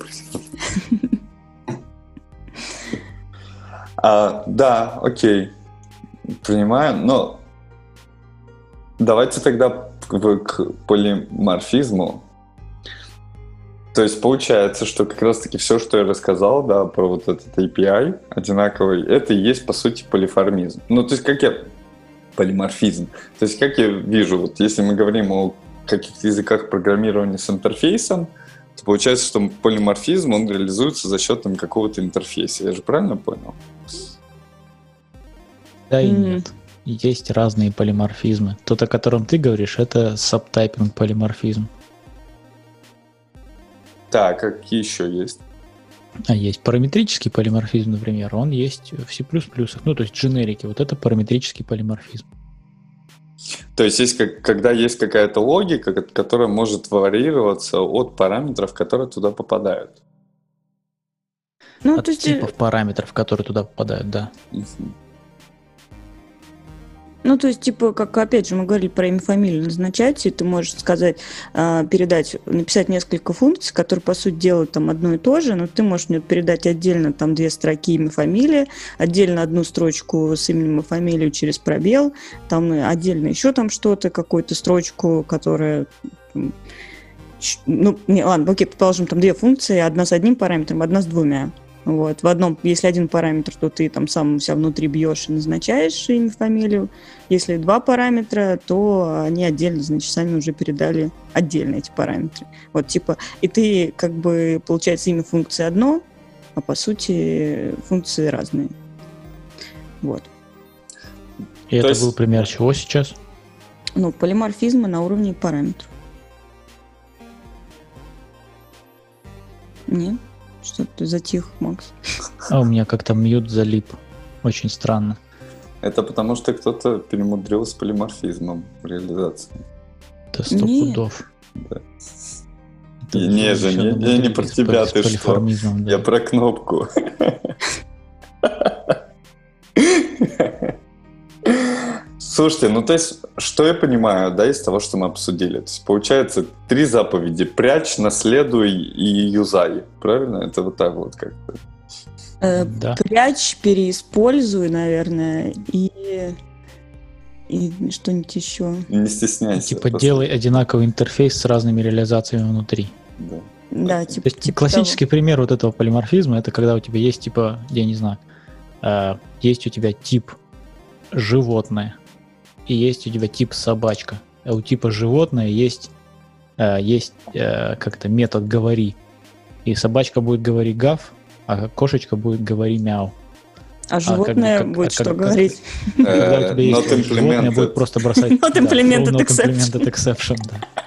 Да, окей. Понимаю, но давайте тогда к полиморфизму. То есть получается, что как раз-таки все, что я рассказал, да, про вот этот API одинаковый, это и есть, по сути, полиморфизм. Ну, то есть полиморфизм. То есть как я вижу, вот если мы говорим о каких-то языках программирования с интерфейсом, то получается, что полиморфизм, он реализуется за счет какого-то интерфейса. Я же правильно понял? Да и нет. Есть разные полиморфизмы. Тот, о котором ты говоришь, это сабтайпинг полиморфизм. Так, какие еще есть? Есть параметрический полиморфизм, например, он есть в C++. Ну, то есть дженерики. Вот это параметрический полиморфизм. То есть, когда есть какая-то логика, которая может варьироваться от параметров, которые туда попадают. Ну, от типов параметров, которые туда попадают, да. Ну, то есть, типа, как, опять же, мы говорили про имя, фамилию назначать, и ты можешь сказать, написать несколько функций, которые, по сути, делают там одно и то же, но ты можешь мне передать отдельно там 2 строки имя, фамилия, отдельно одну строчку с именем и фамилией через пробел, там отдельно еще там что-то, какую-то строчку, которая... Ну, ладно, окей, предположим, там 2 функции, одна с одним параметром, одна с 2. Вот. В одном, если один параметр, то ты там сам у себя внутри бьешь и назначаешь имя, фамилию. Если 2 параметра, то они отдельно, значит, сами уже передали отдельно эти параметры. Вот, типа, и ты, как бы, получается, имя функции одно, а по сути функции разные. Вот. И это был пример чего сейчас? Ну, полиморфизма на уровне параметров. Нет? Что ты затих, Макс? У меня как-то мьют залип. Очень странно. Это потому, что кто-то перемудрил с полиморфизмом в реализации. Это 100 пудов. Да. Не, Женя, я не про тебя, ты что? Да. Я про кнопку. Слушайте, ну то есть, что я понимаю, да, из того, что мы обсудили? То есть, получается, 3 заповеди: прячь, наследуй и юзай. Правильно? Это вот так вот как-то. Да. Прячь, переиспользуй, наверное, и что-нибудь еще. Не стесняйся. Типа делай одинаковый интерфейс с разными реализациями внутри. Да. Да, типа, то есть, классический пример вот этого полиморфизма, это когда у тебя есть, типа, я не знаю, есть у тебя тип животное, и есть у тебя тип собачка. А у типа животное есть как-то метод говори. И собачка будет говорить гав, а кошечка будет говорить мяу. А животное будет что говорить? Когда у тебя есть животное, будет просто бросать not implemented exception.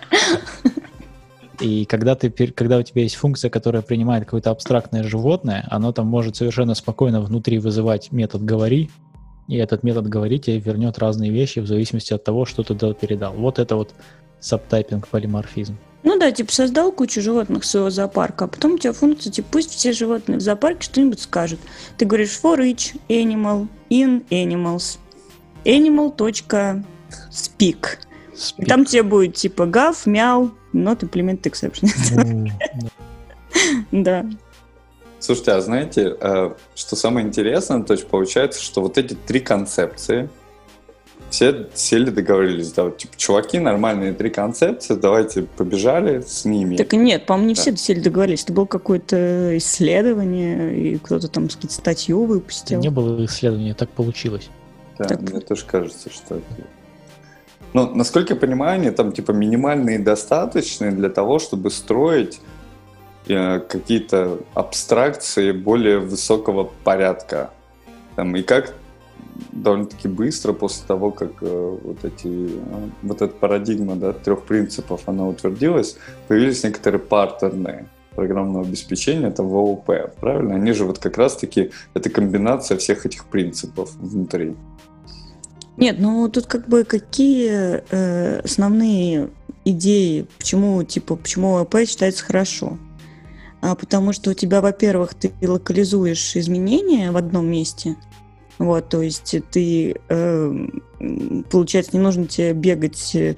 И когда у тебя есть функция, которая принимает какое-то абстрактное животное, оно там может совершенно спокойно внутри вызывать метод говори, и этот метод говори тебе вернет разные вещи в зависимости от того, что ты передал. Вот это вот сабтайпинг полиморфизм. Ну да, типа создал кучу животных своего зоопарка, а потом у тебя функция, типа пусть все животные в зоопарке что-нибудь скажут. Ты говоришь for each animal in animals animal.speak. И там тебе будет типа gov, meow, not implemented exception. Да. Слушайте, а знаете, что самое интересное, то есть получается, что вот эти 3 концепции, все сели, договорились, да, вот, типа, чуваки, нормальные 3 концепции, давайте побежали с ними. Так нет, по-моему, не все сели, договорились, это было какое-то исследование, и кто-то там какие-то статью выпустил. Не было исследования, так получилось. Да, так. Мне тоже кажется, что это... Ну, насколько я понимаю, они там, типа, минимальные и достаточные для того, чтобы строить какие-то абстракции более высокого порядка. Там, и как довольно-таки быстро после того, как вот эта парадигма, да, 3 принципов, она утвердилась, появились некоторые паттерны программного обеспечения, это в ООП, правильно? Они же вот как раз-таки, это комбинация всех этих принципов внутри. Нет, ну тут как бы какие основные идеи, почему ООП считается хорошо? Потому что у тебя, во-первых, ты локализуешь изменения в одном месте, вот, то есть ты, получается, не нужно тебе бегать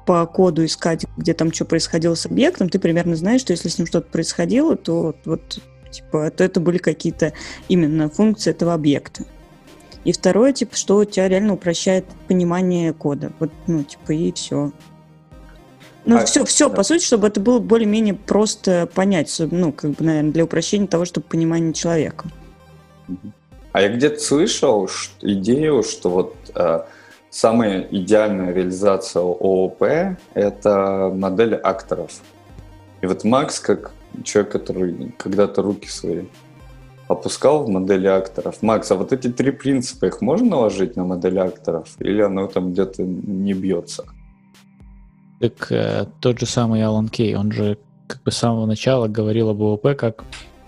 по коду искать, где там что происходило с объектом, ты примерно знаешь, что если с ним что-то происходило, то вот типа, то это были какие-то именно функции этого объекта. И второе, типа, что у тебя реально упрощает понимание кода. Вот, ну, типа, и все. Ну, все, по сути, чтобы это было более-менее просто понять, ну, как бы, наверное, для упрощения того, чтобы понимание человека. А я где-то слышал идею, что вот самая идеальная реализация ООП — это модель акторов. И вот Макс, как человек, который когда-то руки свои опускал в модели акторов. Макс, а вот эти 3 принципа, их можно наложить на модель акторов? Или оно там где-то не бьется? Так тот же самый Алан Кей, он же как бы с самого начала говорил об ООП как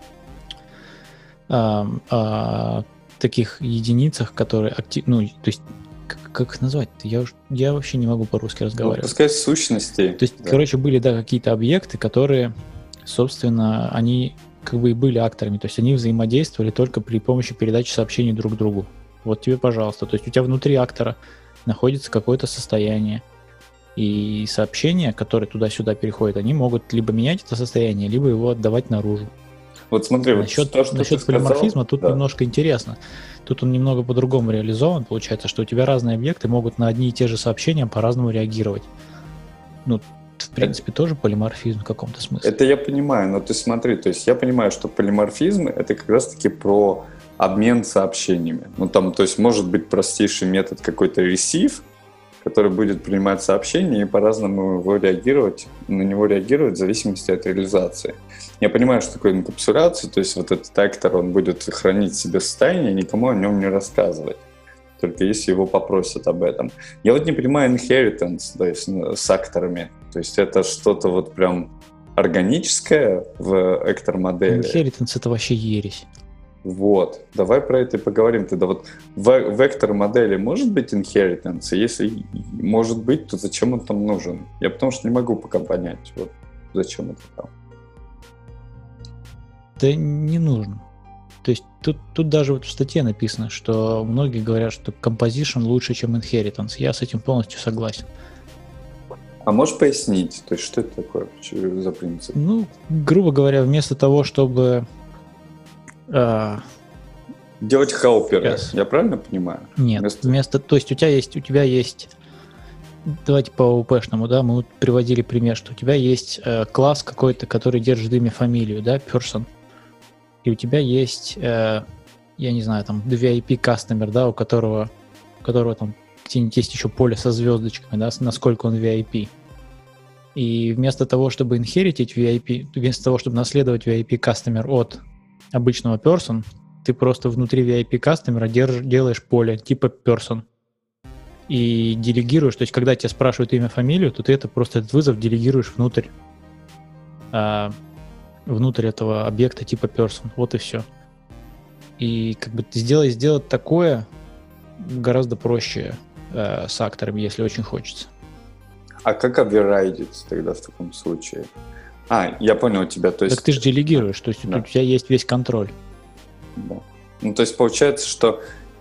о таких единицах, которые активно, ну, то есть как их назвать-то? Я вообще не могу по-русски разговаривать. Ну, пускай сущности. То есть, короче, были, да, какие-то объекты, которые, собственно, они как бы и были акторами, то есть они взаимодействовали только при помощи передачи сообщений друг другу. Вот тебе, пожалуйста. То есть у тебя внутри актора находится какое-то состояние, и сообщения, которые туда-сюда переходят, они могут либо менять это состояние, либо его отдавать наружу. Вот смотри, насчет полиморфизма тут немножко интересно. Тут он немного по-другому реализован. Получается, что у тебя разные объекты могут на одни и те же сообщения по-разному реагировать. Ну, в принципе, тоже полиморфизм в каком-то смысле. Это я понимаю, но ты смотри, то есть я понимаю, что полиморфизм — это как раз-таки про обмен сообщениями. Ну, там, то есть может быть простейший метод какой-то receive, который будет принимать сообщение и по-разному на него реагировать в зависимости от реализации. Я понимаю, что такое инкапсуляция, то есть вот этот актор, он будет хранить в себе состояние и никому о нем не рассказывать, только если его попросят об этом. Я вот не понимаю inheritance, то есть с акторами, то есть это что-то вот прям органическое в актор-модели. Inheritance — это вообще ересь. Вот, давай про это и поговорим. Тогда вот в вектор-модели может быть inheritance? Если может быть, то зачем он там нужен? Я потому что не могу пока понять, вот зачем это там. Да не нужно. То есть тут даже вот в статье написано, что многие говорят, что composition лучше, чем inheritance. Я с этим полностью согласен. А можешь пояснить, то есть что это такое, что за принцип? Ну, грубо говоря, вместо того, чтобы делать хелперы, я правильно понимаю? Нет, то есть у тебя есть, давайте по ООП-шному, да, мы вот приводили пример, что у тебя есть класс какой-то, который держит имя, фамилию, да, person, и у тебя есть, я не знаю, там, VIP customer, да, у которого там где-нибудь есть еще поле со звездочками, да, насколько он VIP. И вместо того, чтобы инхеритить VIP, вместо того, чтобы наследовать VIP customer от обычного person, ты просто внутри VIP customer делаешь поле типа person и делегируешь, то есть когда тебя спрашивают имя, фамилию, то ты этот вызов делегируешь внутрь этого объекта типа person. Вот и все. И как бы сделать такое гораздо проще с акторами, если очень хочется. А как оверрайдить тогда в таком случае? Я понял тебя. То есть... Так ты же делегируешь, то есть да. У тебя есть весь контроль. Да. Ну, то есть получается, что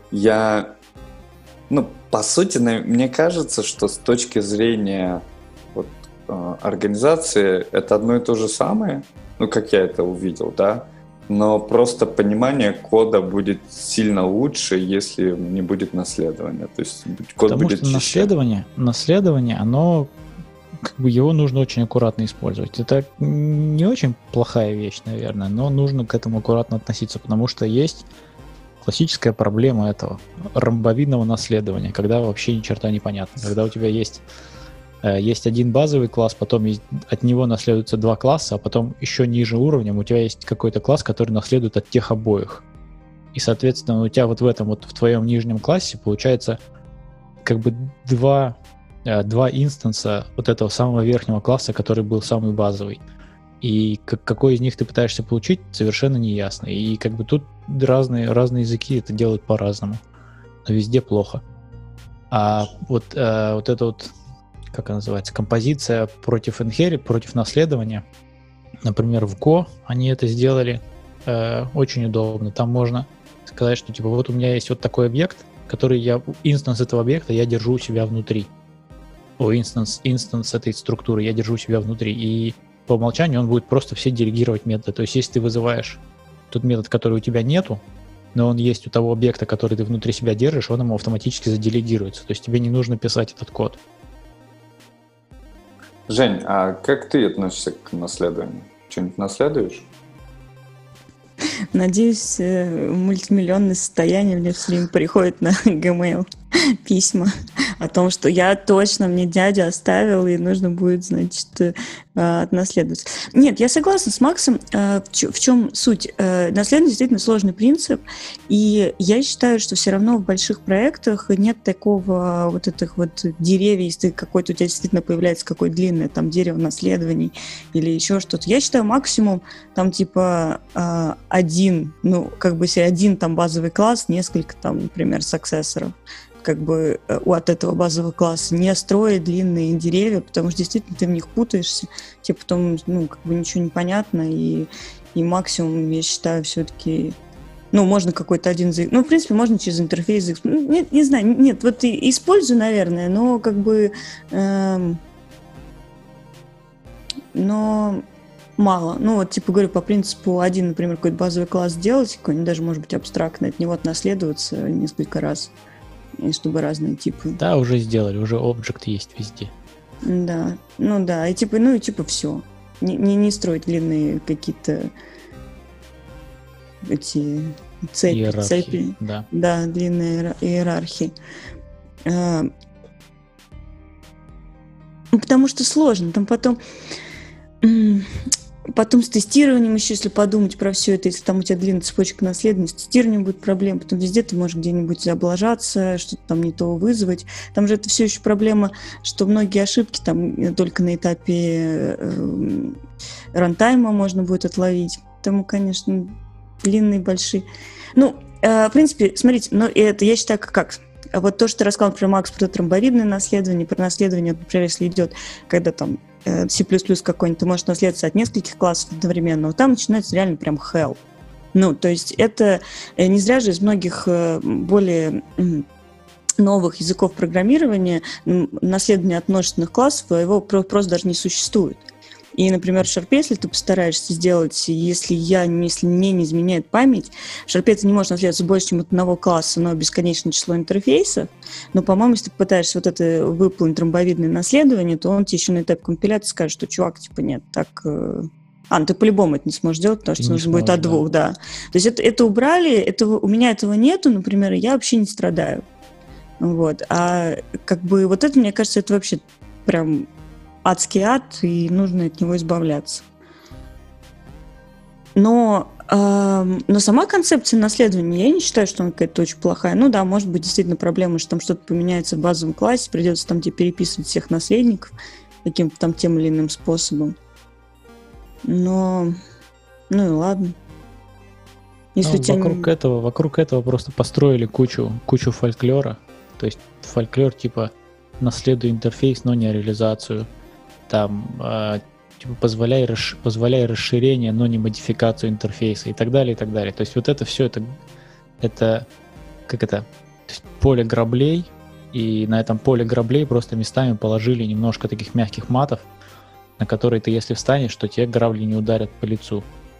по сути, мне кажется, что с точки зрения организации это одно и то же самое, ну, как я это увидел, да, но просто понимание кода будет сильно лучше, если не будет наследования. То есть код Потому будет что наследование, оно как бы его нужно очень аккуратно использовать. Это не очень плохая вещь, наверное, но нужно к этому аккуратно относиться, потому что есть классическая проблема этого ромбовидного наследования, когда вообще ни черта не понятно. Когда у тебя есть один базовый класс, потом от него наследуются 2 класса, а потом еще ниже уровнем у тебя есть какой-то класс, который наследует от тех обоих. И, соответственно, у тебя вот в твоем нижнем классе получается как бы два инстанса вот этого самого верхнего класса, который был самый базовый. И какой из них ты пытаешься получить, совершенно не ясно. И как бы тут разные языки это делают по-разному. Но везде плохо. А вот это вот, как она называется, композиция против наследования. Например, в Go они это сделали очень удобно. Там можно сказать, что типа вот у меня есть вот такой объект, инстанс этого объекта я держу у себя внутри. инстанс этой структуры, я держу себя внутри, и по умолчанию он будет просто все делегировать методы. То есть если ты вызываешь тот метод, который у тебя нету, но он есть у того объекта, который ты внутри себя держишь, он ему автоматически заделегируется. То есть тебе не нужно писать этот код. Жень, а как ты относишься к наследованию? Что-нибудь наследуешь? Надеюсь, мультимиллионное состояние мне все время приходит на Gmail письма о том, что я точно, мне дядя оставил, и нужно будет, значит, отнаследовать. Нет, я согласна с Максом. В чем суть? Наследование действительно сложный принцип, и я считаю, что все равно в больших проектах нет такого вот этих вот деревьев, если какой-то у тебя действительно появляется какое-то длинное там дерево наследований или еще что-то. Я считаю, максимум там типа один, ну, как бы себе один там базовый класс, несколько там, например, саксессоров, как бы от этого базового класса, не строить длинные деревья, потому что действительно ты в них путаешься, тебе потом, ну, как бы ничего не понятно, и максимум, я считаю, все-таки, ну, можно какой-то один, ну, в принципе, можно через интерфейс, нет, не знаю, нет, вот и использую, наверное, но как бы, но мало. Ну, вот, типа, говорю, по принципу один, например, какой-то базовый класс сделать, какой-нибудь даже, может быть, абстрактный, от него отнаследоваться несколько раз, и чтобы разные типы. Да, уже сделали, уже объект есть везде. Да, ну да, и типа все. Не строить длинные какие-то эти цепи. Да. Да, длинные иерархии. Потому что сложно. Там потом с тестированием еще, если подумать про все это, если там у тебя длинная цепочка наследования, с тестированием будет проблема, потом везде ты можешь где-нибудь облажаться, что-то там не то вызвать. Там же это все еще проблема, что многие ошибки там только на этапе рантайма можно будет отловить. Поэтому, конечно, длинные, большие. Ну, в принципе, смотрите, но это я считаю как. Вот то, что ты рассказал, например, Макс, про тромбовидное наследование, про наследование, например, если идет, когда там C++ какой-нибудь, ты можешь наследоваться от нескольких классов одновременно, вот там начинается реально прям hell. Ну, то есть это не зря же из многих более новых языков программирования наследование от множественных классов, его просто даже не существует. И, например, в Sharp, если ты постараешься сделать, если мне не изменяет память, в Sharp ты не можешь наследоваться больше, чем от одного класса, но бесконечное число интерфейсов. Но, по-моему, если ты пытаешься вот это выполнить ромбовидное наследование, то он тебе еще на этапе компиляции скажет, что, чувак, типа, нет, так... ну ты по-любому это не сможешь делать, потому что нужно будет от двух, да. То есть это убрали, у меня этого нету, например, и я вообще не страдаю. Вот. А как бы вот это, мне кажется, это вообще прям... адский ад, и нужно от него избавляться. Но сама концепция наследования, я не считаю, что она какая-то очень плохая. Ну да, может быть, действительно проблема, что там что-то поменяется в базовом классе, придется там тебе переписывать всех наследников каким-то там тем или иным способом. Но, ну и ладно. Если вокруг этого просто построили кучу фольклора. То есть фольклор типа наследуй интерфейс, но не реализацию. Там типа позволяй расширение, но не модификацию интерфейса и так далее, и так далее. То есть вот это все, это как это? То есть поле граблей, и на этом поле граблей просто местами положили немножко таких мягких матов, на которые ты, если встанешь, то тебе грабли не ударят по лицу.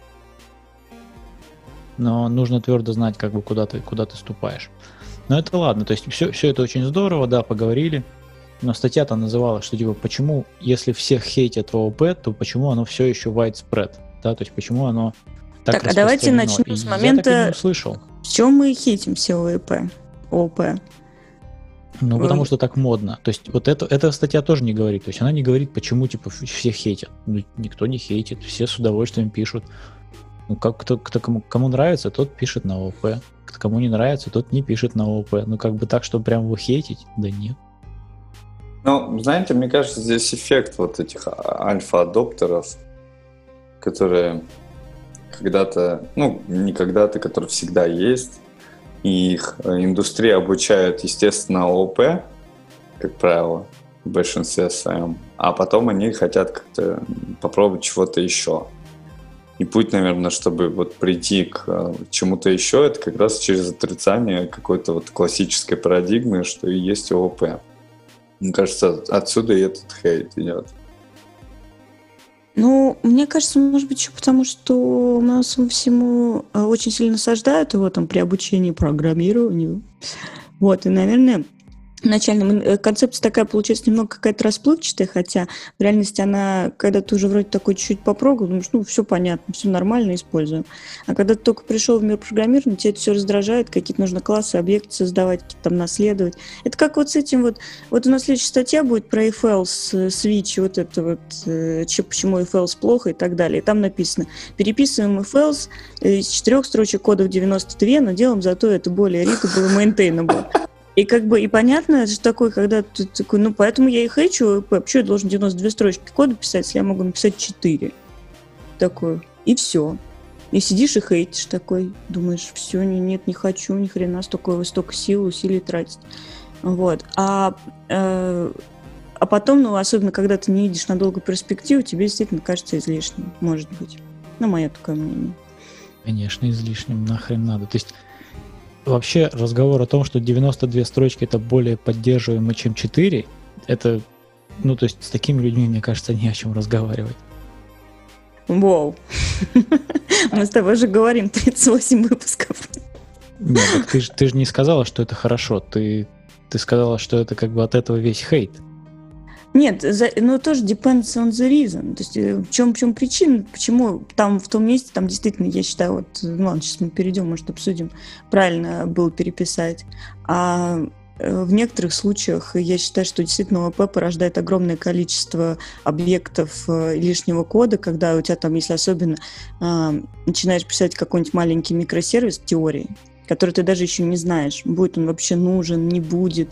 Но нужно твердо знать, как бы куда ты ступаешь. Но это ладно, то есть все это очень здорово, да, поговорили. Но статья-то называла, что типа почему, если всех хейтят ООП, то почему оно все еще widespread, да, то есть почему оно так распространено. А давайте начнем с момента, я так и не услышал. В чем мы хейтим все ООП? Ну, потому что так модно. То есть вот эта статья тоже не говорит. То есть она не говорит, почему типа все хейтят. Ну, никто не хейтит, все с удовольствием пишут. Ну, кому нравится, тот пишет на ООП. Кому не нравится, тот не пишет на ООП. Ну, как бы так, чтобы прям его хейтить, да нет. Ну, знаете, мне кажется, здесь эффект вот этих альфа-адоптеров, которые когда-то, ну, не когда-то, которые всегда есть, и их индустрия обучает, естественно, ООП, как правило, в большинстве своем, а потом они хотят как-то попробовать чего-то еще. И путь, наверное, чтобы вот прийти к чему-то еще, это как раз через отрицание какой-то вот классической парадигмы, что и есть ООП. Мне кажется, отсюда и этот хейт идет. Ну, мне кажется, может быть, еще потому, что у нас всему очень сильно насаждают его там при обучении программированию. Вот, и, наверное, начально концепция такая получается немного какая-то расплывчатая, хотя в реальности она, когда ты уже вроде такой чуть-чуть попробовал, думаешь, ну, все понятно, все нормально, используем. А когда ты только пришел в мир программирования, тебя это все раздражает, какие-то нужно классы, объекты создавать, какие-то там наследовать. Это как вот с этим вот у нас следующая статья будет про if else, switch, вот это вот, почему if else плохо и так далее. И там написано, переписываем if else из 4 строчек кода в 92, но делаем зато это более readable и maintainable. И как бы, и понятно, что такое, когда ты такой, ну, поэтому я и хейчу, почему я должен 92 строчки кода писать, если я могу написать 4? Такой, и все. И сидишь и хейтишь такой, думаешь, все, нет, не хочу, ни хрена, столько сил, усилий тратить. Вот. А потом, ну, особенно, когда ты не видишь на долгую перспективу, тебе действительно кажется излишним, может быть. Ну, мое такое мнение. Конечно, излишним, нахрен надо. То есть вообще разговор о том, что 92 строчки это более поддерживаемо, чем 4, это, ну, то есть с такими людьми, мне кажется, не о чем разговаривать. Вау. Мы с тобой же говорим 38 выпусков. Нет, так ты же не сказала, что это хорошо. Ты сказала, что это как бы от этого весь хейт. Нет, но тоже depends on the reason. То есть в чем причина, почему там в том месте, там действительно, я считаю, вот, ну ладно, сейчас мы перейдем, может, обсудим, правильно было переписать. А в некоторых случаях я считаю, что действительно ООП порождает огромное количество объектов лишнего кода, когда у тебя там, если особенно начинаешь писать какой-нибудь маленький микросервис теории, который ты даже еще не знаешь, будет он вообще нужен, не будет.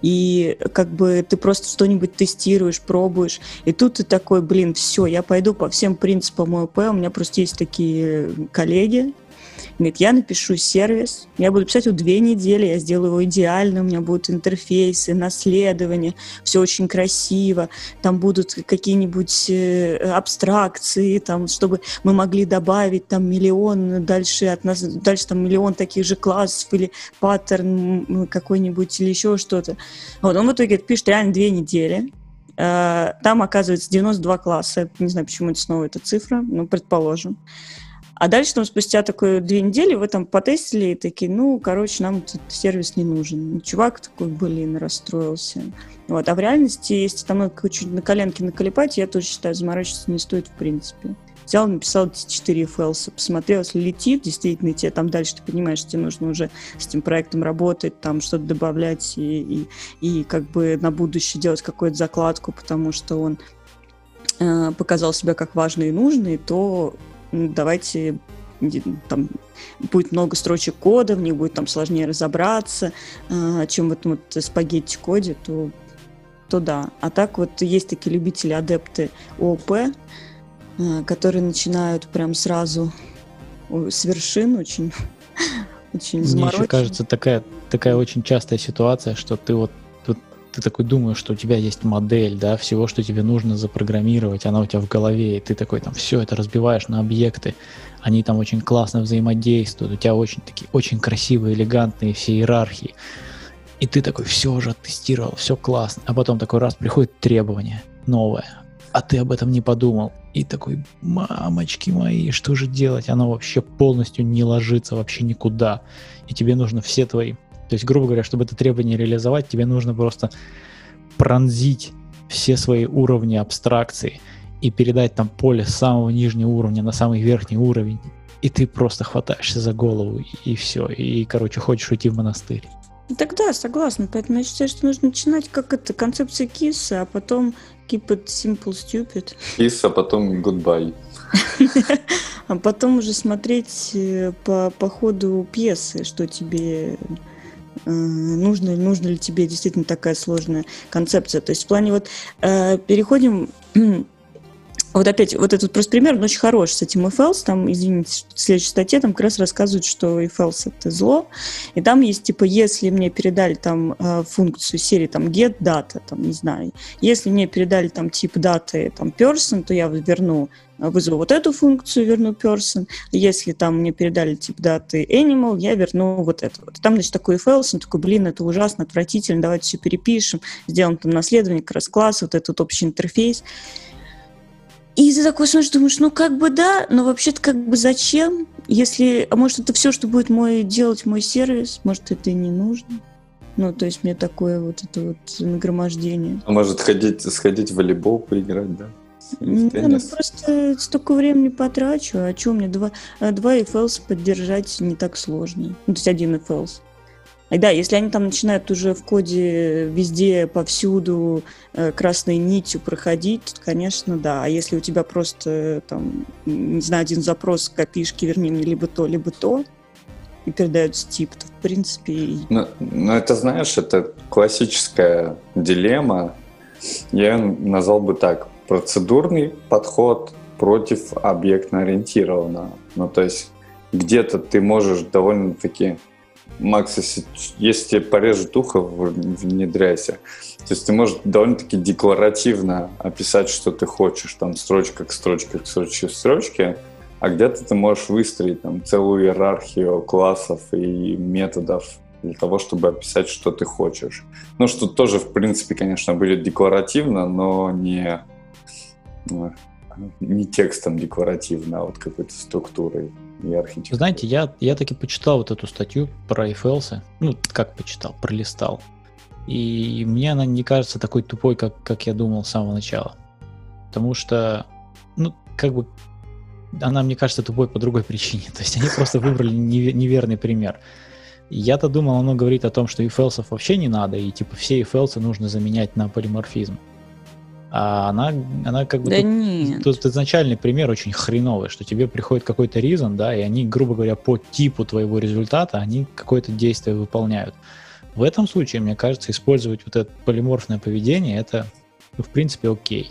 И как бы ты просто что-нибудь тестируешь, пробуешь. И тут ты такой, блин, все, я пойду по всем принципам ООП. У меня просто есть такие коллеги. Говорит, я напишу сервис, я буду писать его 2 недели, я сделаю его идеально, у меня будут интерфейсы, наследование, все очень красиво, там будут какие-нибудь абстракции, там, чтобы мы могли добавить там миллион, дальше там миллион таких же классов или паттерн какой-нибудь или еще что-то. Вот, он в итоге пишет реально 2 недели. Там, оказывается, 92 класса, не знаю, почему это снова эта цифра, но предположим. А дальше там спустя такое 2 недели вы там потестили и такие, ну, короче, нам этот сервис не нужен. И чувак такой, блин, расстроился. Вот. А в реальности, если там чуть на коленке наколепать, я тоже считаю, заморачиваться не стоит в принципе. Взял, написал 4 фэлса, посмотрел, если летит, действительно, тебе там дальше, ты понимаешь, что тебе нужно уже с этим проектом работать, там что-то добавлять и как бы на будущее делать какую-то закладку, потому что он показал себя как важный и нужный, то давайте, там будет много строчек кода, в них будет там сложнее разобраться, чем в этом вот спагетти-коде, то да. А так вот есть такие любители, адепты ООП, которые начинают прям сразу с вершин очень замороченно. Мне еще кажется, такая очень частая ситуация, что ты такой думаешь, что у тебя есть модель, да, всего, что тебе нужно запрограммировать, она у тебя в голове, и ты такой там все это разбиваешь на объекты, они там очень классно взаимодействуют, у тебя очень красивые, элегантные все иерархии, и ты такой все уже оттестировал, все классно, а потом такой раз приходит требование новое, а ты об этом не подумал, и такой, мамочки мои, что же делать, оно вообще полностью не ложится вообще никуда, и тебе нужно все твои. То есть, грубо говоря, чтобы это требование реализовать, тебе нужно просто пронзить все свои уровни абстракции и передать там поле с самого нижнего уровня на самый верхний уровень. И ты просто хватаешься за голову, и все. И, короче, хочешь уйти в монастырь. Тогда согласна. Поэтому я считаю, что нужно начинать как это, концепция KISS, а потом keep it simple, stupid. KISS, а потом goodbye. А потом уже смотреть по ходу пьесы, что тебе... нужно ли тебе действительно такая сложная концепция. То есть в плане вот переходим Вот опять, вот этот просто пример, он очень хороший с этим if else, там, извините, что в следующей статье там как раз рассказывают, что if else это зло, и там есть, типа, если мне передали там функцию серии, там, get data, там, не знаю, если мне передали там тип даты, там, person, то я вызову вот эту функцию, верну person, если там мне передали тип даты animal, я верну вот это вот. Там, значит, такой if else, он такой, блин, это ужасно, отвратительно, давайте все перепишем, сделаем там наследование, как раз класс, вот этот общий интерфейс. И ты такой смотришь, думаешь, ну как бы да, но вообще-то как бы зачем? Если, а может это все, что будет делать мой сервис, может это и не нужно? Ну, то есть мне такое вот это вот нагромождение. А может сходить в волейбол поиграть, да? Ну, просто столько времени потрачу, а что мне два if else поддержать не так сложно. Ну, то есть один if else. И да, если они там начинают уже в коде везде, повсюду красной нитью проходить, то, конечно, да. А если у тебя просто, там, не знаю, один запрос копишки, верни мне либо то, и передается тип, то, в принципе... Ну, это, знаешь, это классическая дилемма. Я ее назвал бы так. Процедурный подход против объектно-ориентированного. Ну, то есть где-то ты можешь довольно-таки... Макс, если тебе порежут ухо, внедряйся. То есть ты можешь довольно-таки декларативно описать, что ты хочешь, там, строчка к строчке, к строчке, к строчке, а где-то ты можешь выстроить там целую иерархию классов и методов для того, чтобы описать, что ты хочешь. Ну, что тоже, в принципе, конечно, будет декларативно, но не текстом декларативно, а вот какой-то структурой. Знаете, я таки почитал вот эту статью про if else. Ну, как почитал, пролистал. И мне она не кажется такой тупой, как я думал с самого начала. Потому что, ну, как бы, она мне кажется тупой по другой причине. То есть они просто выбрали неверный пример. Я-то думал, оно говорит о том, что if else вообще не надо, и типа все if else нужно заменять на полиморфизм. А она как бы... Да тут изначальный пример очень хреновый, что тебе приходит какой-то reason, да, и они, грубо говоря, по типу твоего результата, они какое-то действие выполняют. В этом случае, мне кажется, использовать вот это полиморфное поведение, это, в принципе, окей.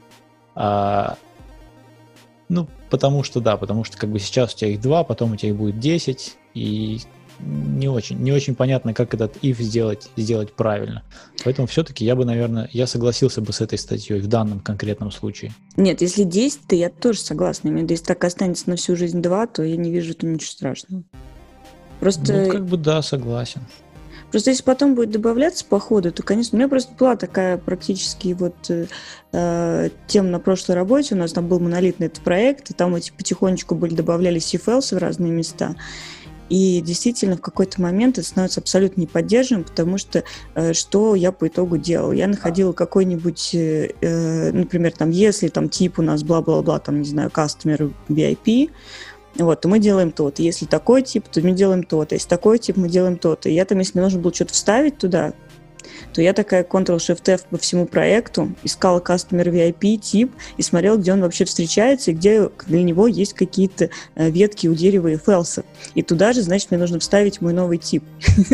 Ну, потому что как бы сейчас у тебя их 2, потом у тебя их будет 10, и не очень понятно, как этот if сделать правильно. Поэтому все-таки я бы, наверное, согласился бы с этой статьей в данном конкретном случае. Нет, если 10, то я тоже согласна. Если так останется на всю жизнь 2, то я не вижу там ничего страшного. Просто... Ну, как бы да, согласен. Просто если потом будет добавляться по ходу, то, конечно, у меня просто была такая практически вот тема на прошлой работе, у нас там был монолитный этот проект, и там эти потихонечку добавлялись if else в разные места. И действительно, в какой-то момент это становится абсолютно неподдерживаемым, потому что что я по итогу делала? Я находила какой-нибудь, например, там, если там тип у нас бла-бла-бла, там, не знаю, customer VIP, вот, то мы делаем то-то. Если такой тип, то мы делаем то-то. Если такой тип, мы делаем то-то. И я там, если мне нужно было что-то вставить туда, то я такая Ctrl-Shift-F по всему проекту, искала Customer VIP тип и смотрела, где он вообще встречается, и где для него есть какие-то ветки у дерева и else. И туда же, значит, мне нужно вставить мой новый тип.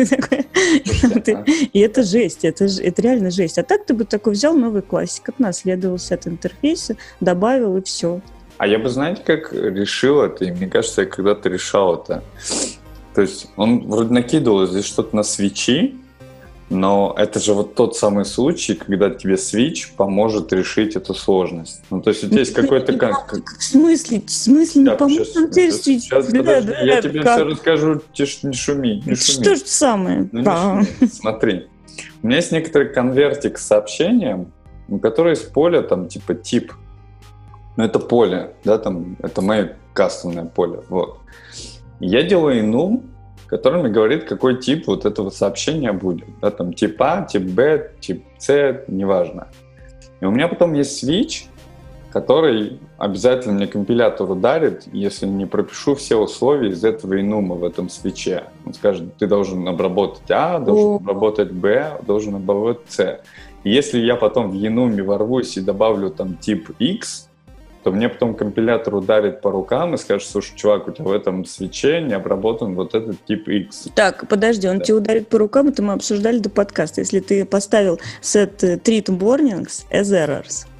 И это жесть, это реально жесть. А так ты бы такой взял новый классик, отнаследовался от интерфейса, добавил и все. А я бы, знаете, как решил это, и мне кажется, я когда-то решал это. То есть он вроде накидывал здесь что-то на свитчи, но это же вот тот самый случай, когда тебе свитч поможет решить эту сложность. Ну, то есть у тебя есть какой-то... В смысле не поможет? Сейчас, подожди, я тебе все расскажу, не шуми. Что же самое? Смотри, у меня есть некоторый конвертик с сообщением, у которого есть поле, там, типа, тип. Ну, это поле, да, там, это мое кастомное поле, вот. Я делаю enum, который мне говорит, какой тип вот этого сообщения будет. Да, там, тип А, тип Б, тип С, неважно. И у меня потом есть switch, который обязательно мне компилятор ударит, если не пропишу все условия из этого enum в этом свитче. Он скажет, ты должен обработать А, должен обработать Б, должен обработать С. И если я потом в enum ворвусь и добавлю там тип X, то мне потом компилятор ударит по рукам и скажет, слушай, чувак, у тебя в этом свитче не обработан вот этот тип X. Так, подожди, он тебе ударит по рукам, это мы обсуждали до подкаста. Если ты поставил set treat warnings as errors,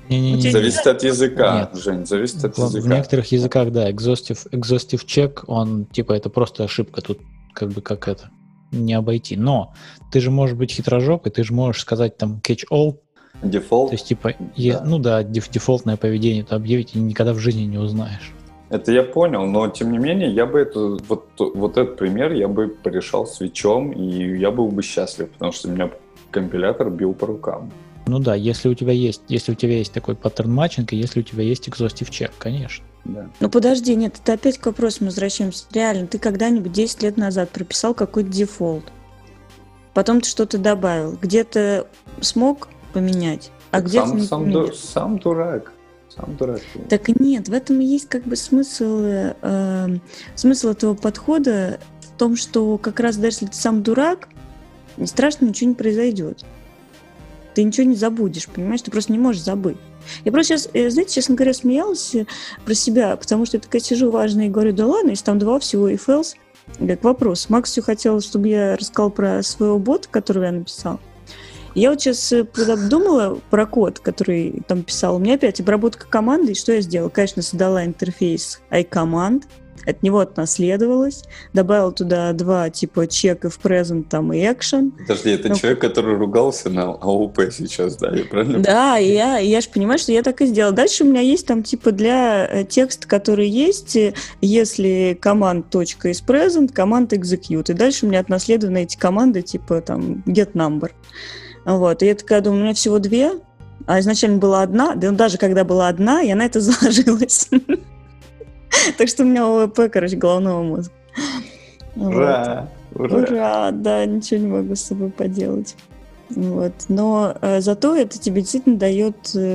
Не-не-не. Зависит от языка, Нет. Жень, зависит от В языка. некоторых языках, да, exhaustive check, он, типа, это просто ошибка, тут как бы как это, не обойти. Но ты же можешь быть хитрожопой, ты же можешь сказать там catch all, Дефолт. то есть, типа, Да. дефолтное поведение это объявить и никогда в жизни не узнаешь. Это я понял, но тем не менее я бы вот этот пример я бы порешал свечом, и я был бы счастлив, потому что меня компилятор бил по рукам. Ну да, если у тебя есть такой паттерн матчинг, и если у тебя есть exhaustive check, конечно. Да. Ну подожди, нет, это опять к вопросу возвращаемся. Реально, ты когда-нибудь 10 лет назад прописал какой-то дефолт, потом ты что-то добавил, где-то смог поменять, а где-то не поменял. Сам дурак. Так нет, в этом и есть как бы смысл этого подхода в том, что как раз даже если ты сам дурак, не страшно, ничего не произойдет. Ты ничего не забудешь, понимаешь? Ты просто не можешь забыть. Я просто сейчас, знаете, честно говоря, смеялась про себя, потому что я такая сижу важная и говорю, да ладно, если там 2 всего if else, к вопросу. Макс все хотел, чтобы я рассказал про своего бота, которого я написал. Я вот сейчас думала про код, который там писал. У меня опять обработка команды, и что я сделала? Конечно, создала интерфейс iCommand, от него отнаследовалась, добавила туда 2 типа check if present там и action. Подожди, это человек, который ругался на АОП сейчас, да? Я правильно? Да, я же понимаю, что я так и сделала. Дальше у меня есть там типа для текста, который есть, если command.is present, command execute. И дальше у меня отнаследованы эти команды типа там get number. Вот, и я такая думаю, у меня всего 2, а изначально была 1, да даже когда была 1, я на это заложилась. Так что у меня ОВП, короче, головного мозга. Ура! Ура! Да, ничего не могу с собой поделать. Вот. Но зато это тебе действительно дает...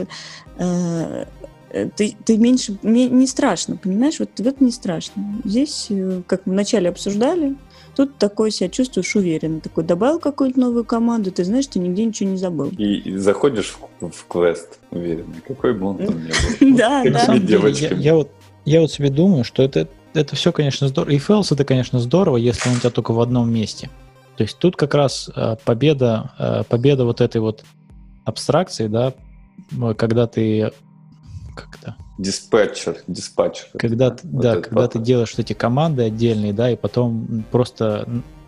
Ты меньше... Не страшно, понимаешь? Вот в этом не страшно. Здесь, как мы вначале обсуждали, тут такой себя чувствуешь уверенно. Такой добавил какую-то новую команду, ты знаешь, ты нигде ничего не забыл. И заходишь в квест уверенно. Какой бы он там ни был. Да, да. Я вот себе думаю, что это все, конечно, здорово. И If else это, конечно, здорово, если он у тебя только в одном месте. То есть тут как раз победа вот этой вот абстракции, да, когда ты как-то... Диспатчер. Когда ты делаешь вот эти команды отдельные, да, и потом просто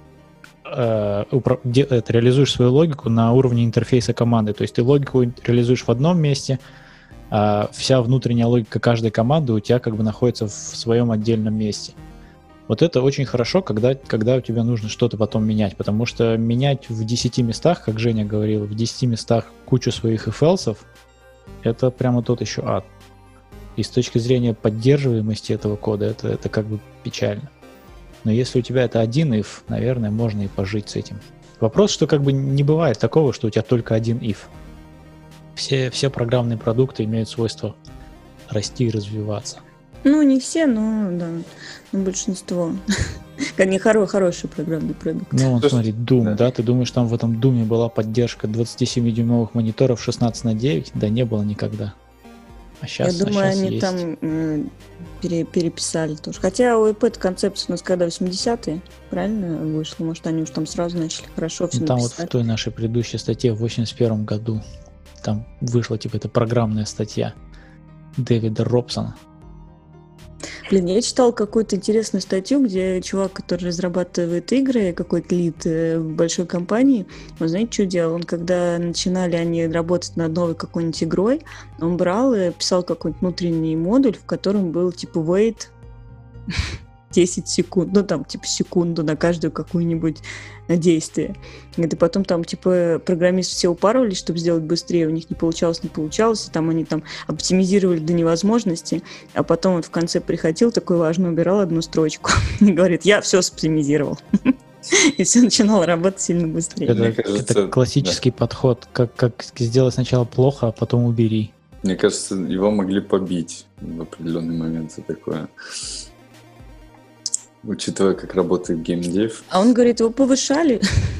реализуешь свою логику на уровне интерфейса команды. То есть ты логику реализуешь в одном месте, а вся внутренняя логика каждой команды у тебя как бы находится в своем отдельном месте. Вот это очень хорошо, когда у тебя нужно что-то потом менять, потому что менять в 10 местах, как Женя говорила, в 10 местах кучу своих if-else'ов, это прямо тот еще ад. И с точки зрения поддерживаемости этого кода, это как бы печально. Но если у тебя это один if, наверное, можно и пожить с этим. Вопрос, что как бы не бывает такого, что у тебя только один if. Все программные продукты имеют свойство расти и развиваться. Ну, не все, но да, но большинство. Как не хороший программный продукт. Ну, вот смотри, Doom, да, ты думаешь, там в этом Doom была поддержка 27-дюймовых мониторов 16:9? Да не было никогда. А сейчас, я думаю, они есть. Там переписали тоже. Хотя у ИП концепция у нас когда 80-е, правильно вышла? Может, они уж там сразу начали хорошо все Там написать. вот в той нашей предыдущей статье в 81 году там вышла типа эта программная статья Дэвида Робсона. Блин, я читала какую-то интересную статью, где чувак, который разрабатывает игры, какой-то лид в большой компании, он, знаете, что делал? Он, когда начинали они работать над новой какой-нибудь игрой, он брал и писал какой-нибудь внутренний модуль, в котором был типа wait 10 секунд, ну там типа секунду на каждое какое-нибудь действие. И потом там типа программисты все упарывались, чтобы сделать быстрее, у них не получалось, и там они там оптимизировали до невозможности, а потом вот в конце приходил, такой важный, убирал одну строчку и говорит, я все соптимизировал. И все начинало работать сильно быстрее. Это классический подход, как сделать сначала плохо, а потом убери. Мне кажется, его могли побить в определенный момент за такое. Учитывая, как работает геймдев. А он говорит, его повышали.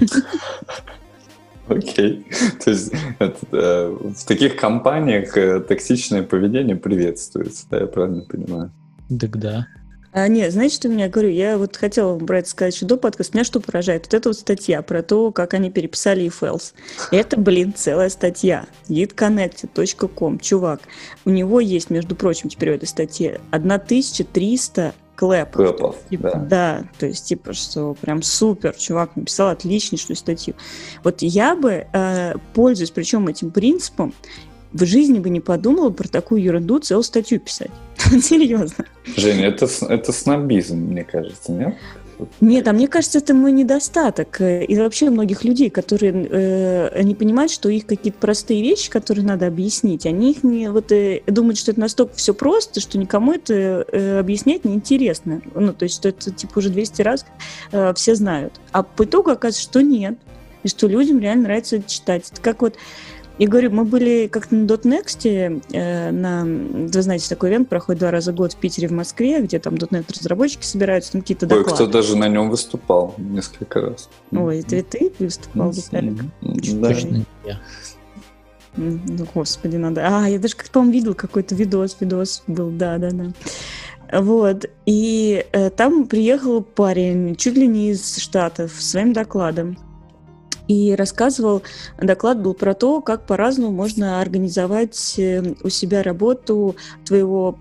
Окей. То есть в таких компаниях токсичное поведение приветствуется, да, я правильно понимаю? Так да. Нет, знаете, что я говорю? Я вот хотела вам про это сказать еще до подкаста. Меня что поражает? Вот эта вот статья про то, как они переписали if else. Это, целая статья. leadconnected.com. Чувак, у него есть, между прочим, теперь в этой статье 1300 клэпов. Да, то есть, что прям супер, чувак написал отличнейшую статью. Вот я бы, пользуясь причем этим принципом, в жизни бы не подумала про такую ерунду целую статью писать. Серьезно. Женя, это снобизм, мне кажется, нет? Нет, а мне кажется, это мой недостаток. И вообще многих людей, которые не понимают, что их какие-то простые вещи, которые надо объяснить, они их не думают, что это настолько все просто, что никому это объяснять неинтересно. Ну, то есть, что это уже 200 раз все знают. А по итогу оказывается, что нет. И что людям реально нравится это читать. Это как вот я говорю, мы были как-то на .next, вы знаете, такой ивент проходит 2 раза в год в Питере, в Москве, где там .NET разработчики собираются, там какие-то доклады. Кто даже на нем выступал несколько раз. Ой, это ты выступал, Виталик? Точно не я. Ну, господи, надо. Я даже как-то, по-моему, видел какой-то видос был, да. Вот, и там приехал парень, чуть ли не из Штатов, с своим докладом. И доклад был про то, как по-разному можно организовать у себя работу твоего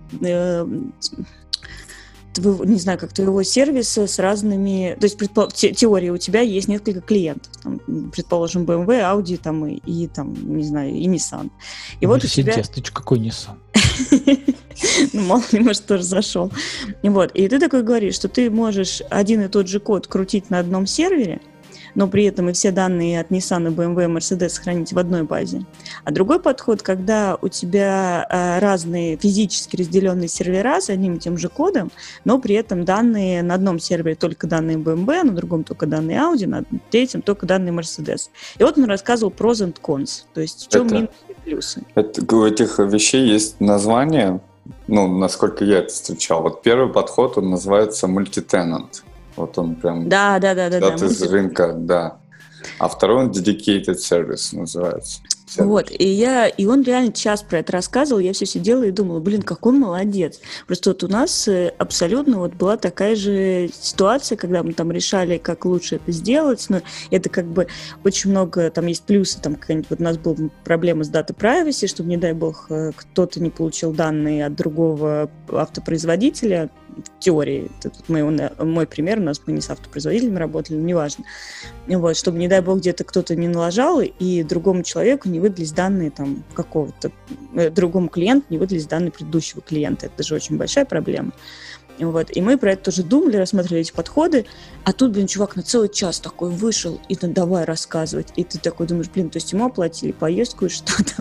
сервиса с разными... То есть, теория, у тебя есть несколько клиентов. Там, предположим, BMW, Audi там, и Nissan. И вот у тебя... Ты какой Nissan? Ну, мало ли, может, тоже зашел. И ты такой говоришь, что ты можешь один и тот же код крутить на одном сервере, но при этом и все данные от Nissan, BMW, Mercedes хранить в одной базе. А другой подход, когда у тебя разные физически разделенные сервера с одним и тем же кодом, но при этом данные на одном сервере только данные BMW, на другом только данные Audi, на третьем только данные Mercedes. И вот он рассказывал pros and cons, то есть в чем минусы и плюсы. У этих вещей есть название, насколько я это встречал. Вот первый подход, он называется multi-tenant. Вот он прям из рынка, да. А второй он dedicated service называется. Вот, и он реально час про это рассказывал, я все сидела и думала, как он молодец. Просто вот у нас абсолютно была такая же ситуация, когда мы там решали, как лучше это сделать, но это очень много, там есть плюсы, там какая-нибудь, у нас была проблема с data privacy, чтобы, не дай бог, кто-то не получил данные от другого автопроизводителя, в теории, это мой пример, у нас мы не с автопроизводителями работали, неважно. Вот, чтобы, не дай бог, где-то кто-то не налажал, и другому человеку не выдались данные там какого-то, другому клиенту не выдались данные предыдущего клиента. Это же очень большая проблема. Вот. И мы про это тоже думали, рассматривали эти подходы, а тут, чувак на целый час такой вышел, и давай рассказывать. И ты такой думаешь, то есть ему оплатили поездку и что-то.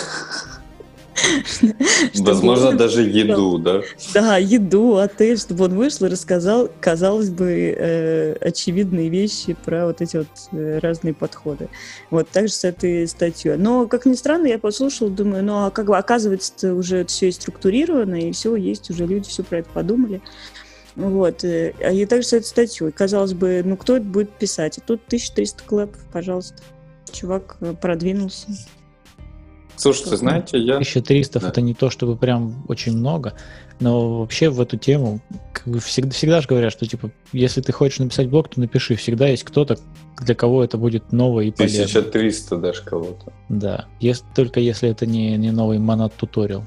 Возможно, даже еду, да? Да, еду, отель, чтобы он вышел и рассказал, казалось бы, очевидные вещи про вот эти разные подходы. Вот, так же с этой статьей. Но, как ни странно, я послушала, думаю, оказывается, уже все и структурировано, и все есть, уже люди все про это подумали. Вот, и также с этой статьей. Казалось бы, кто это будет писать? И тут 1300 клэпов, пожалуйста. Чувак продвинулся. Слушайте, знаете, 1300 это не то, чтобы прям очень много, но вообще в эту тему всегда же говорят, что если ты хочешь написать блог, то напиши. Всегда есть кто-то, для кого это будет ново и полезно. 1300 даже кого-то. Да, только если это не новый монат-туториал.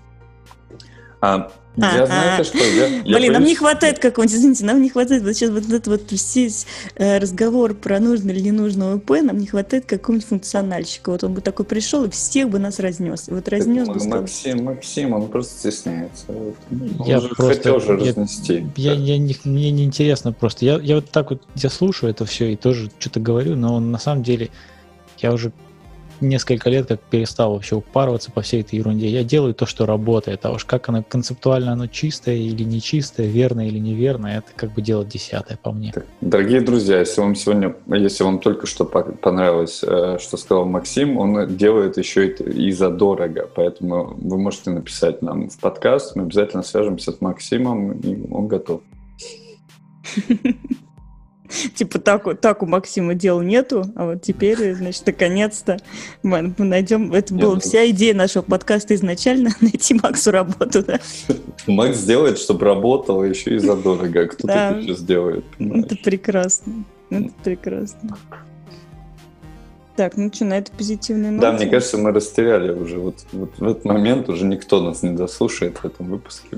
Я знаете, что нам не хватает какого-нибудь, извините, нам не хватает сейчас этот весь разговор про нужно или не нужно ОП, нам не хватает какого-нибудь функциональщика. Вот он бы такой пришел и всех бы нас разнес. И разнес бы Максим, он просто стесняется. Я хотел же разнести. Мне не интересно просто. Я вот так вот, я слушаю это все и тоже что-то говорю, но на самом деле я уже несколько лет как перестал вообще упарываться по всей этой ерунде. Я делаю то, что работает, а уж как оно концептуально, оно чистое или нечистое, верное или неверное, это дело десятое по мне. Дорогие друзья, если вам только что понравилось, что сказал Максим, он делает еще это и задорого, поэтому вы можете написать нам в подкаст, мы обязательно свяжемся с Максимом, и он готов. Типа так у Максима дел нету, а вот теперь, значит, наконец-то мы найдем... Это была вся идея нашего подкаста изначально, найти Максу работу, да? Макс сделает, чтобы работало еще и задорого. Кто так еще сделает? Это прекрасно. Это прекрасно. Так, ну что, на этой позитивной ноте? Да, мне кажется, мы растеряли уже. Вот в этот момент уже никто нас не дослушает в этом выпуске.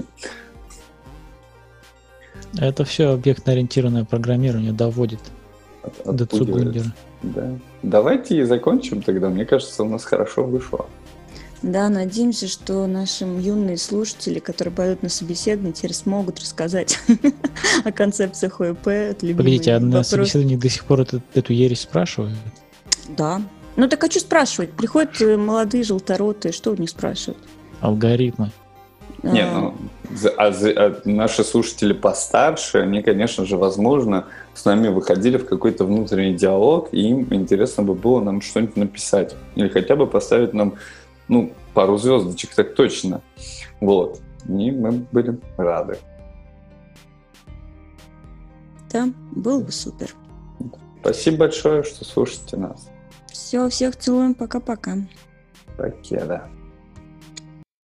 Это все объектно-ориентированное программирование доводит до Цугундера. Да. Давайте и закончим тогда. Мне кажется, у нас хорошо вышло. Да, надеемся, что наши юные слушатели, которые пойдут на собеседование, теперь смогут рассказать о концепциях ОЭП. Погодите, а на собеседовании до сих пор эту ересь спрашивают? Да. Ну так хочу спрашивать. Приходят молодые желторотые, что у них спрашивают? Алгоритмы. Не, ну, наши слушатели постарше, они, конечно же, возможно, с нами выходили в какой-то внутренний диалог, и им интересно бы было нам что-нибудь написать. Или хотя бы поставить нам, пару звездочек, так точно. Вот. И мы были рады. Да, было бы супер. Спасибо большое, что слушаете нас. Все, всех целуем, пока-пока. Покеда.